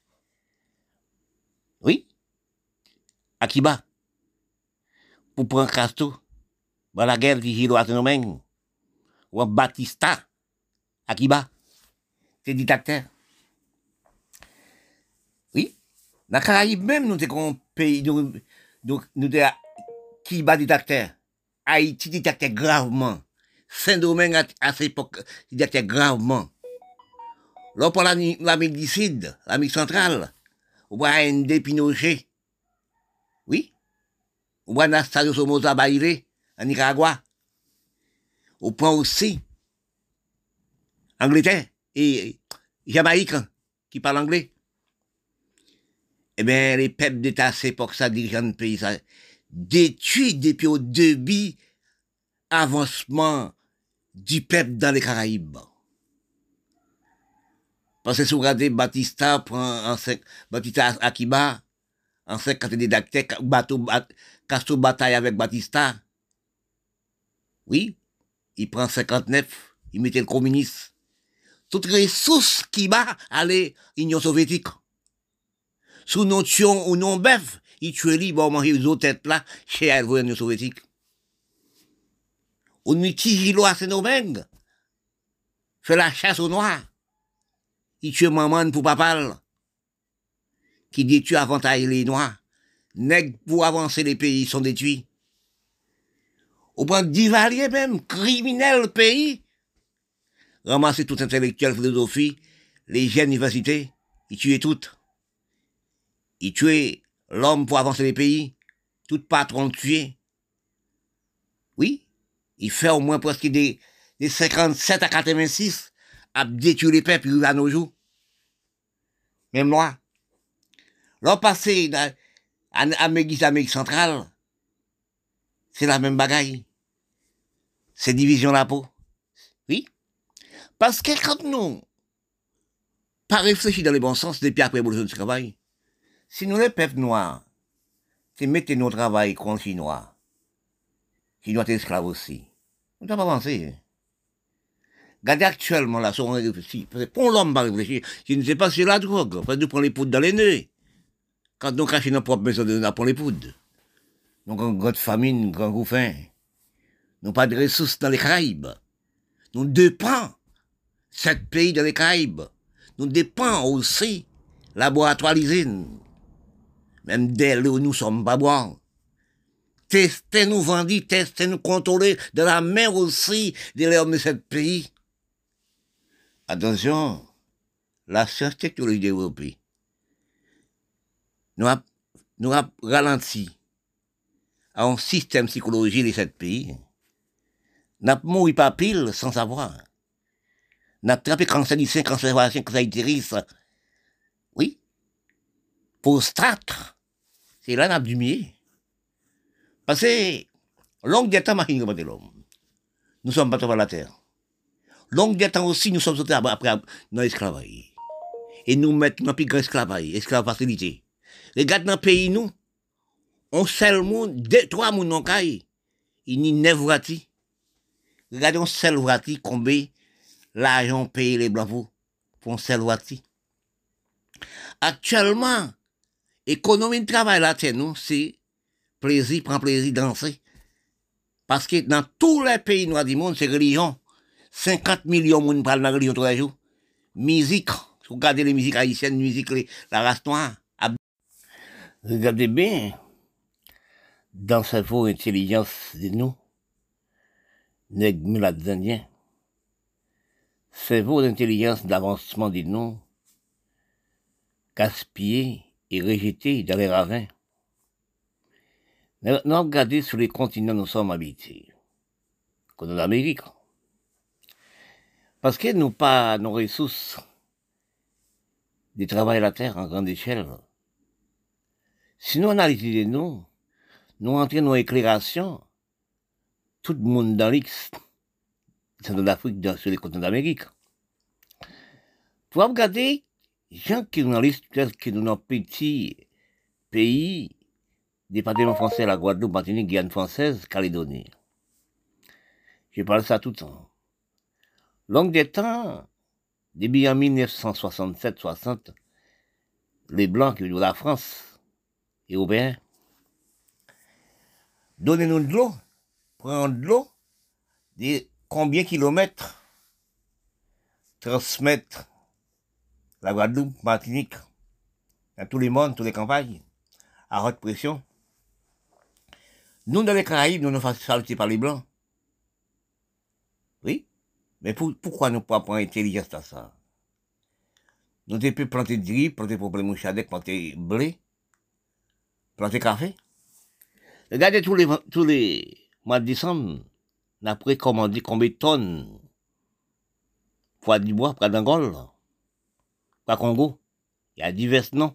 Oui, à Cuba. Pour prendre Castro, dans la guerre qui gît à Saint-Domingue, ou Batista, à Cuba. C'est dictateur. Oui, dans les Caraïbes même, nous sommes un pays, nous sommes Cuba dictateur. Haïti dictateur gravement. Saint-Domingue à cette époque dictateur gravement. Là, pour l'Amérique du Sud, l'Amérique centrale, on voit un Pinochet. Oui. On voit Anastasio Somoza Baile, en Nicaragua. On prend aussi Angleterre et Jamaïque, qui parle anglais. Eh bien, les peuples d'État, c'est pour ça, dirigeants de pays, ça détruit depuis au début avancement du peuple dans les Caraïbes. Parce que si vous regardez Batista, prend Batista à Cuba, en 50 didactères, Castro bataille avec Batista. Oui, il prend 59, il mettait le communiste. Toutes les ressources Cuba allaient Union soviétique. Sous non tuons ou non bœuf, il tuait lui, bon, manger les autres têtes là, chez l'Union soviétique. On utilise l'eau à Saint-Domingue, fait la chasse aux noirs. Il tue maman pour papa, qui détruit avantage les noirs. Nègres pour avancer les pays sont détruits. On prend Duvalier même, criminel pays, ramasser tout intellectuel, philosophie, les jeunes universités, il tuait toutes. Il tuait l'homme pour avancer les pays, tout patron tué. Oui, il fait au moins presque des 57 à 86 à détruire les peuples à nos jours. Même moi. L'an passé, en Amérique centrale, c'est la même bagaille. C'est division la peau. Oui. Parce que quand nous, pas réfléchir dans le bon sens depuis après l'évolution du travail, si nous les peuples noirs, c'est mettre nos travail contre les Chinois, Chinois sont esclaves aussi. On ne doit pas penser. Regardez actuellement là, si on réfléchit, pour l'homme pas réfléchir, je ne sais pas si c'est la drogue, parce que nous prenons les poudres dans les nez. Quand nous cachons nos propres maisons, nous prenons les poudres. Donc, une grande famine, un grand goût faim. Nous pas de ressources dans les Caraïbes. Nous dépendons, 7 pays dans les Caraïbes. Nous dépendons aussi, laboratoire l'usine. Même dès là où nous sommes pas bons. Testez nous vendus, testez nous contrôler de la mer aussi de l'homme de 7 pays. Attention, la science technologie développée nous a ralenti à un système psychologique de 7 pays. N'a pas mouru pas pile sans savoir. N'a attrapé cancer du sein, cancer du cancer utérus. Oui. Prostate. C'est là n'a du mieux. Parce que, longue des temps, machine de l'homme. Nous sommes battus par la terre. Longue des temps aussi, nous sommes sautés après dans l'esclavage. Et nous mettons dans le plus grand esclavage, esclavage facilité. Regarde dans le pays, nous, on seul monde, 3 moun non caille. Il n'y a 9 vratis. Regardez on seul vrati, combien l'argent paye les blancs pour un seul vrati. Actuellement, économie de travail là, nous, c'est plaisir, prend plaisir danser. Parce que dans tous les pays noirs du monde, c'est religion. 50 millions de monde parlent dans la religion tous les jours. Musique. Si vous regardez les musiques haïtiennes, la race noire. Regardez bien, dans le cerveau intelligence de nous, nègres mulâtres indiens, cerveau d'intelligence d'avancement de nous, gaspillé et rejeté dans les ravins. Nous regardons sur les continents nous sommes habités, comme l'Amérique. Parce que nous pas nos ressources de travailler la terre en grande échelle. Si nous analysons de nous entrons dans l'éclairation, tout le monde dans l'X, dans l'Afrique, sur les continents d'Amérique. Pour regarder, gens qui nous analysent, peut-être que nous, dans petits pays, département français, la Guadeloupe, Martinique, Guyane française, Calédonie. Je parle ça tout le temps. Longue des temps, depuis en 1967-60, les Blancs qui venaient de la France, Européens, donnez-nous de l'eau, prenons de l'eau, de combien de kilomètres transmettre la Guadeloupe, Martinique, dans tous les mondes, toutes les campagnes, à haute pression. Nous, dans les Caraïbes, nous nous faisons saluer par les Blancs. Oui, mais pourquoi nous ne pouvons pas prendre intelligence à ça? Nous devons planter du riz, planter problème mouchadec, planter blé, planter café. Regardez tous les mois de décembre, on a précommandé combien de tonnes pour du bois, pour d'Angola, pour Congo. Il y a divers noms.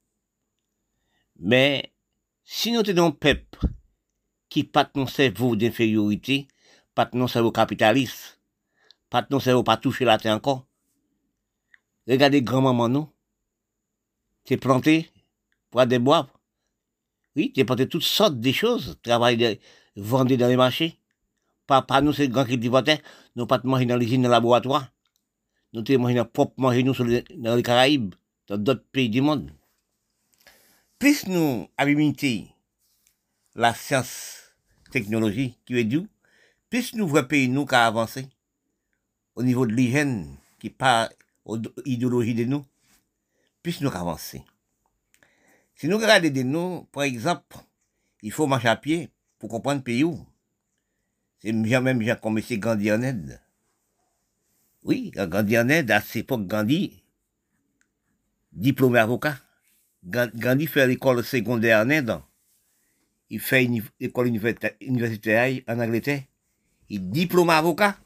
Mais si nous sommes un peuple qui pas de cerveau d'infériorité, pas de cerveau capitaliste, pas de cerveau pas toucher la terre encore, regardez grand-maman nous, c'est planté pour des bois. Oui, c'est planté toutes sortes de choses, travailler, vendre dans les marchés. Pas nous, c'est grand cultivateurs, nous pas de manger dans l'usine, dans le laboratoire. Nous te manger dans propre manger nous dans les Caraïbes, dans d'autres pays du monde. Plus nous imiter la science, technologie, qui est due, plus nous voyons pays nous qui a avancé au niveau de l'hygiène, qui pas idéologie de nous, plus nous avancer. Si nous regardons de nous, par exemple, il faut marcher à pied pour comprendre le pays où. C'est même gens comme M. Gandhi en aide. Oui, Gandhi en aide, à cette époque, Gandhi, diplômé avocat. Gandhi fait l'école secondaire en Inde. Il fait une école universitaire en Angleterre. Il est diplômé avocat.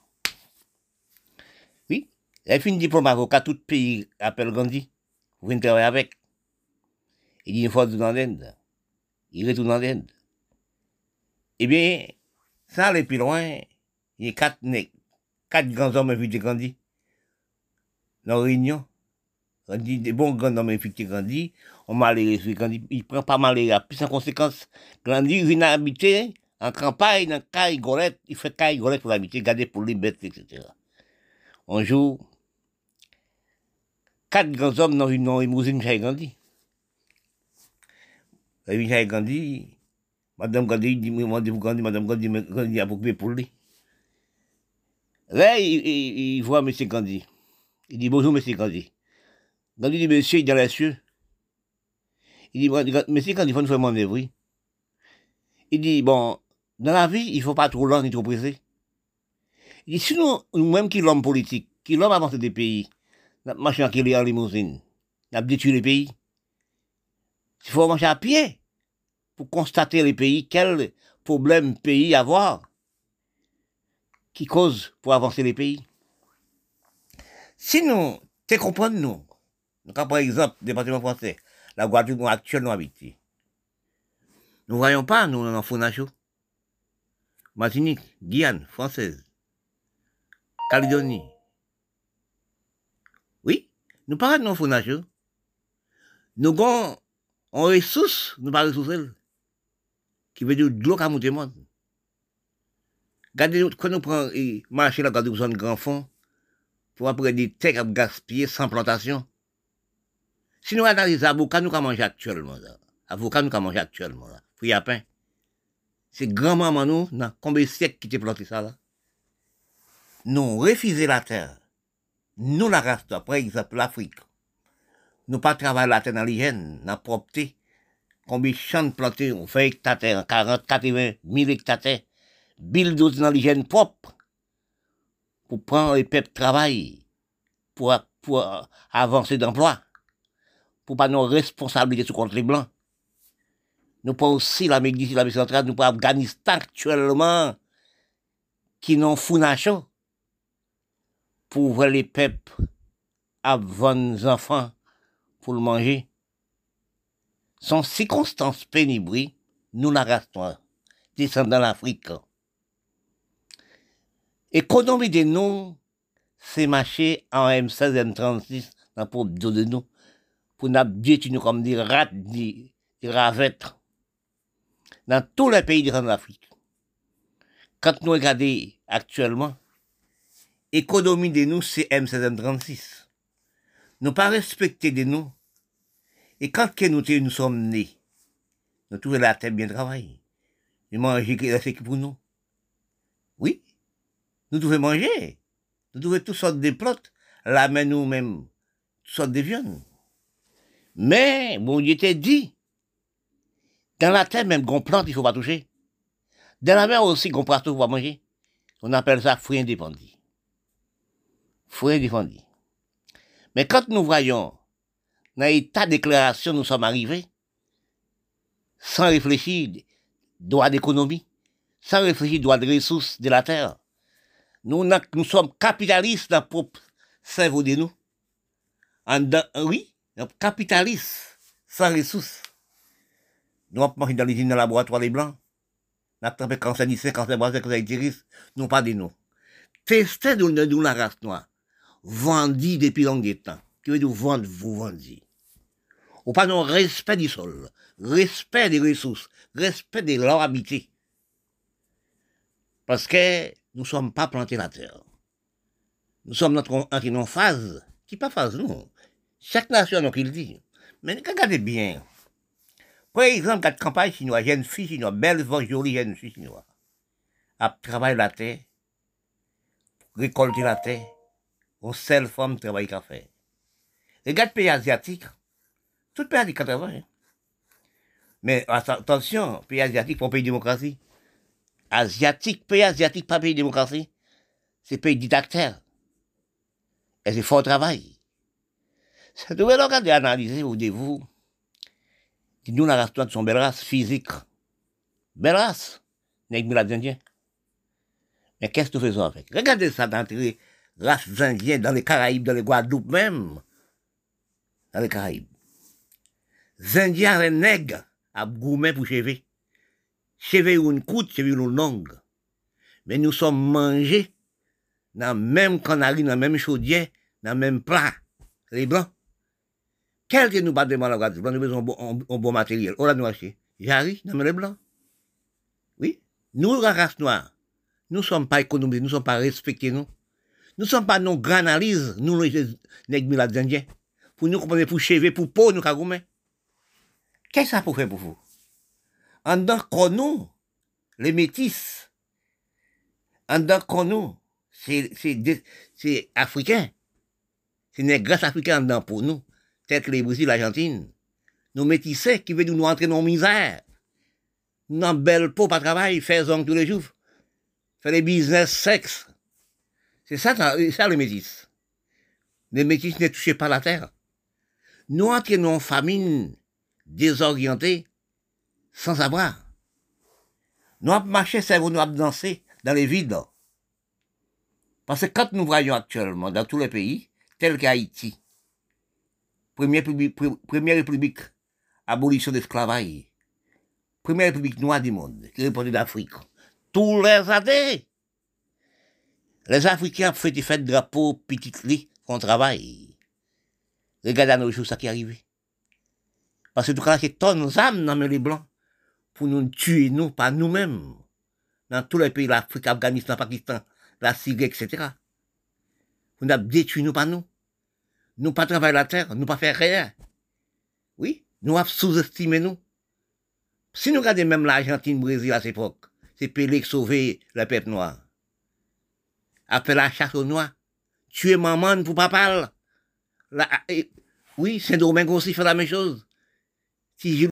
Oui, il fait une diplôme avocat, tout pays appelle Gandhi. Vous venez travailler avec. Il dit une fois dans l'Inde. Il retourne dans l'Inde. Eh bien, ça allait plus loin. Il y a quatre grands hommes invités Gandhi. Dans la réunion. Gandhi, des bons grands hommes invités Gandhi. On m'a allé Gandhi. Il prend pas mal les plus en conséquence. Gandhi vient habiter en campagne, dans caille golette. Il fait caille golette pour habiter, garder pour les bêtes, etc. Un jour, quatre grands hommes dans une limousine chez Gandhi. Chez Gandhi, Madame Gandhi dit, demandez-vous Gandhi, Madame Gandhi a beaucoup pour lui. Là, il voit M. Gandhi. Il dit, bonjour, M. Gandhi. Gandhi dit, monsieur, il est dans les cieux. Il dit, monsieur Gandhi, il faut nous faire demander, oui. Il dit, bon, dans la vie, il ne faut pas trop lent ni trop pressé. Il dit, sinon, nous-mêmes qui l'homme politique, qui l'homme avancé des pays, notre machin qui est en limousine, n'a détruit les pays. Il faut marcher à pied pour constater les pays, quels problèmes pays avoir, qui cause pour avancer les pays. Si nous, tu comprends nous, par exemple, le département français, la Guadeloupe actuellement habitée, nous ne voyons pas, nous, en Fonachou, Martinique, Guyane, française, Calédonie. Oui, nous parlons de Fonachou. Nous avons en ressources, nous pas ressources, qui veut dire de l'eau qui monte monde. Regardez, quand nous prenons marcher là, regardez, vous avez un grand fond, pour après des terres gaspillées sans plantation. Si nous analysons l'avocat, nous avons mangé actuellement, là. Avocat, nous avons mangé actuellement, là. Fruits à pain. c'est grand-maman nous, dans combien de siècles qui t'ai planté ça là? Nous refuser la terre. Nous la race, par exemple l'Afrique. Nous pas travailler la terre dans l'hygiène, dans la propreté. Combien de champs plantés, on fait hectares, 40, 80 000 hectares. Bill d'autres dans l'hygiène propre. Pour prendre les peuples travail. Pour avancer d'emploi. Pour pas nos responsabilités sur contre les blancs. Nous pas aussi l'Amérique d'ici, l'Amérique centrale, nous pas Afghanistan actuellement, qui n'ont fou nacho. Pour voir les peuples avant les enfants pour le manger. Sont circonstances pénibles, nous la race noire, descendant de l'Afrique. Économie de nous, c'est marché en M16, M36, dans le dos de nous, pour nous détenir comme des rats, des ravettes, dans tous les pays de l'Afrique. Quand nous regardons actuellement, l'économie de nous, c'est M16, M36. Nous pas respecter de nous. Et quand nous sommes nés, nous trouvons la terre bien travaillée. Nous mangeons ce qui pour nous. Oui, nous devons manger. Nous devons toutes sortes de plantes, la main nous-mêmes, toutes sortes de viandes. Mais, bon Dieu t'a dit, dans la terre même, qu'on plante, il ne faut pas toucher. Dans la mer aussi, qu'on plante, il ne faut pas manger. On appelle ça fruit indépendant. Fruit indépendant. Mais quand nous voyons, dans l'état de déclaration, nous sommes arrivés, sans réfléchir, droit d'économie, sans réfléchir, droit de ressources de la terre. Nous sommes capitalistes dans le propre cerveau de nous. Oui, capitalistes, sans ressources. Nous avons mangé dans les usines, dans le laboratoire les blancs. Nous avons trouvé cancer du sein, cancer bras, cancer iris, non pas de nous. Testez de nous la race noire. Vendis depuis longtemps temps. Qui veut dire vendre, vous vendez. Ou pas non respect du sol, respect des ressources, respect de leur habité. Parce que nous ne sommes pas plantés la terre. Nous sommes entrés dans une phase, qui n'est pas phase, non. Chaque nation a qu'il dit. Mais regardez bien. Par exemple, quand campagne chinoise, jeune fille chinoise, belle, jolie jeune fille chinoise, a travaillé la terre, récolter la terre, on seule femme travaille qu'à faire. Regarde pays asiatiques, tout pays asiatique travaille. Mais attention, pays asiatique, pas pays de démocratie. Pays asiatique, pas pays de démocratie. C'est pays dictateur. Et c'est fort travail. Ça devrait regarder, analyser au vous. Nous, la race noire, sont belles races physiques. Belle race. N'est-ce pas les Indiens? Mais qu'est-ce que nous faisons avec? Regardez ça dans les races indiennes, dans les Caraïbes, dans les Guadeloupe même. Dans les Caraïbes. Les Indiens, les nègres, à gourmet pour chever. Chever une croûte, chever une langue. Mais nous sommes mangés dans le même canari, dans la même chaudière, dans le même plat. Les blancs. Quel que nous pas demandé à la nous avons besoin d'un bon matériel. On l'a nous acheté. J'arrive dans les blancs. Oui. Nous, la race noire, nous ne sommes pas économisés, nous ne sommes pas respectés, nous. Nous ne sommes pas nos grandes analyses, nous, les nègres indiens. Pour nous comprendre, pour chever, pour peau, nous, cagoumets. Qu'est-ce que ça pour faire pour vous? En dedans, qu'on nous, les métis, en dedans, qu'on nous, c'est africain. C'est une grâce africaine en dedans pour nous. Tel que les Brésil, l'Argentine. Nos métissés qui veulent nous entrer dans la misère. Nous n'avons belle peau, pas de travail, faire zong tous les jours. Faire des business sexe. C'est ça les métis. Les métis ne touchent pas la terre. Nous entrons dans une famine désorientée, sans savoir. Nous avons marché, nous avons dansé dans les vides. Parce que quand nous voyons actuellement dans tous les pays, tels qu'Haïti, première république, abolition de l'esclavage, première république noire du monde, qui est répondue d'Afrique, tous les années, les Africains ont fait des fêtes de drapeau, petites lits, qu'on travaille. Regardez à nos jours, ça qui est arrivé. Parce que tout cas, c'est tonnes d'âmes dans les blancs, pour nous tuer, nous, pas nous-mêmes, dans tous les pays, l'Afrique, l'Afghanistan, le Pakistan, la Syrie, etc. Vous avez détruit nous, pas nous. Nous pas travailler la terre, nous pas faire rien. Oui, nous avons sous-estimé nous. Si nous regardons même l'Argentine, Brésil à cette époque, c'est Pelé qui sauvait le peuple noir. Après la chasse aux noirs, tuer maman pour papa. Oui, Saint-Domingue aussi fait la même chose. Si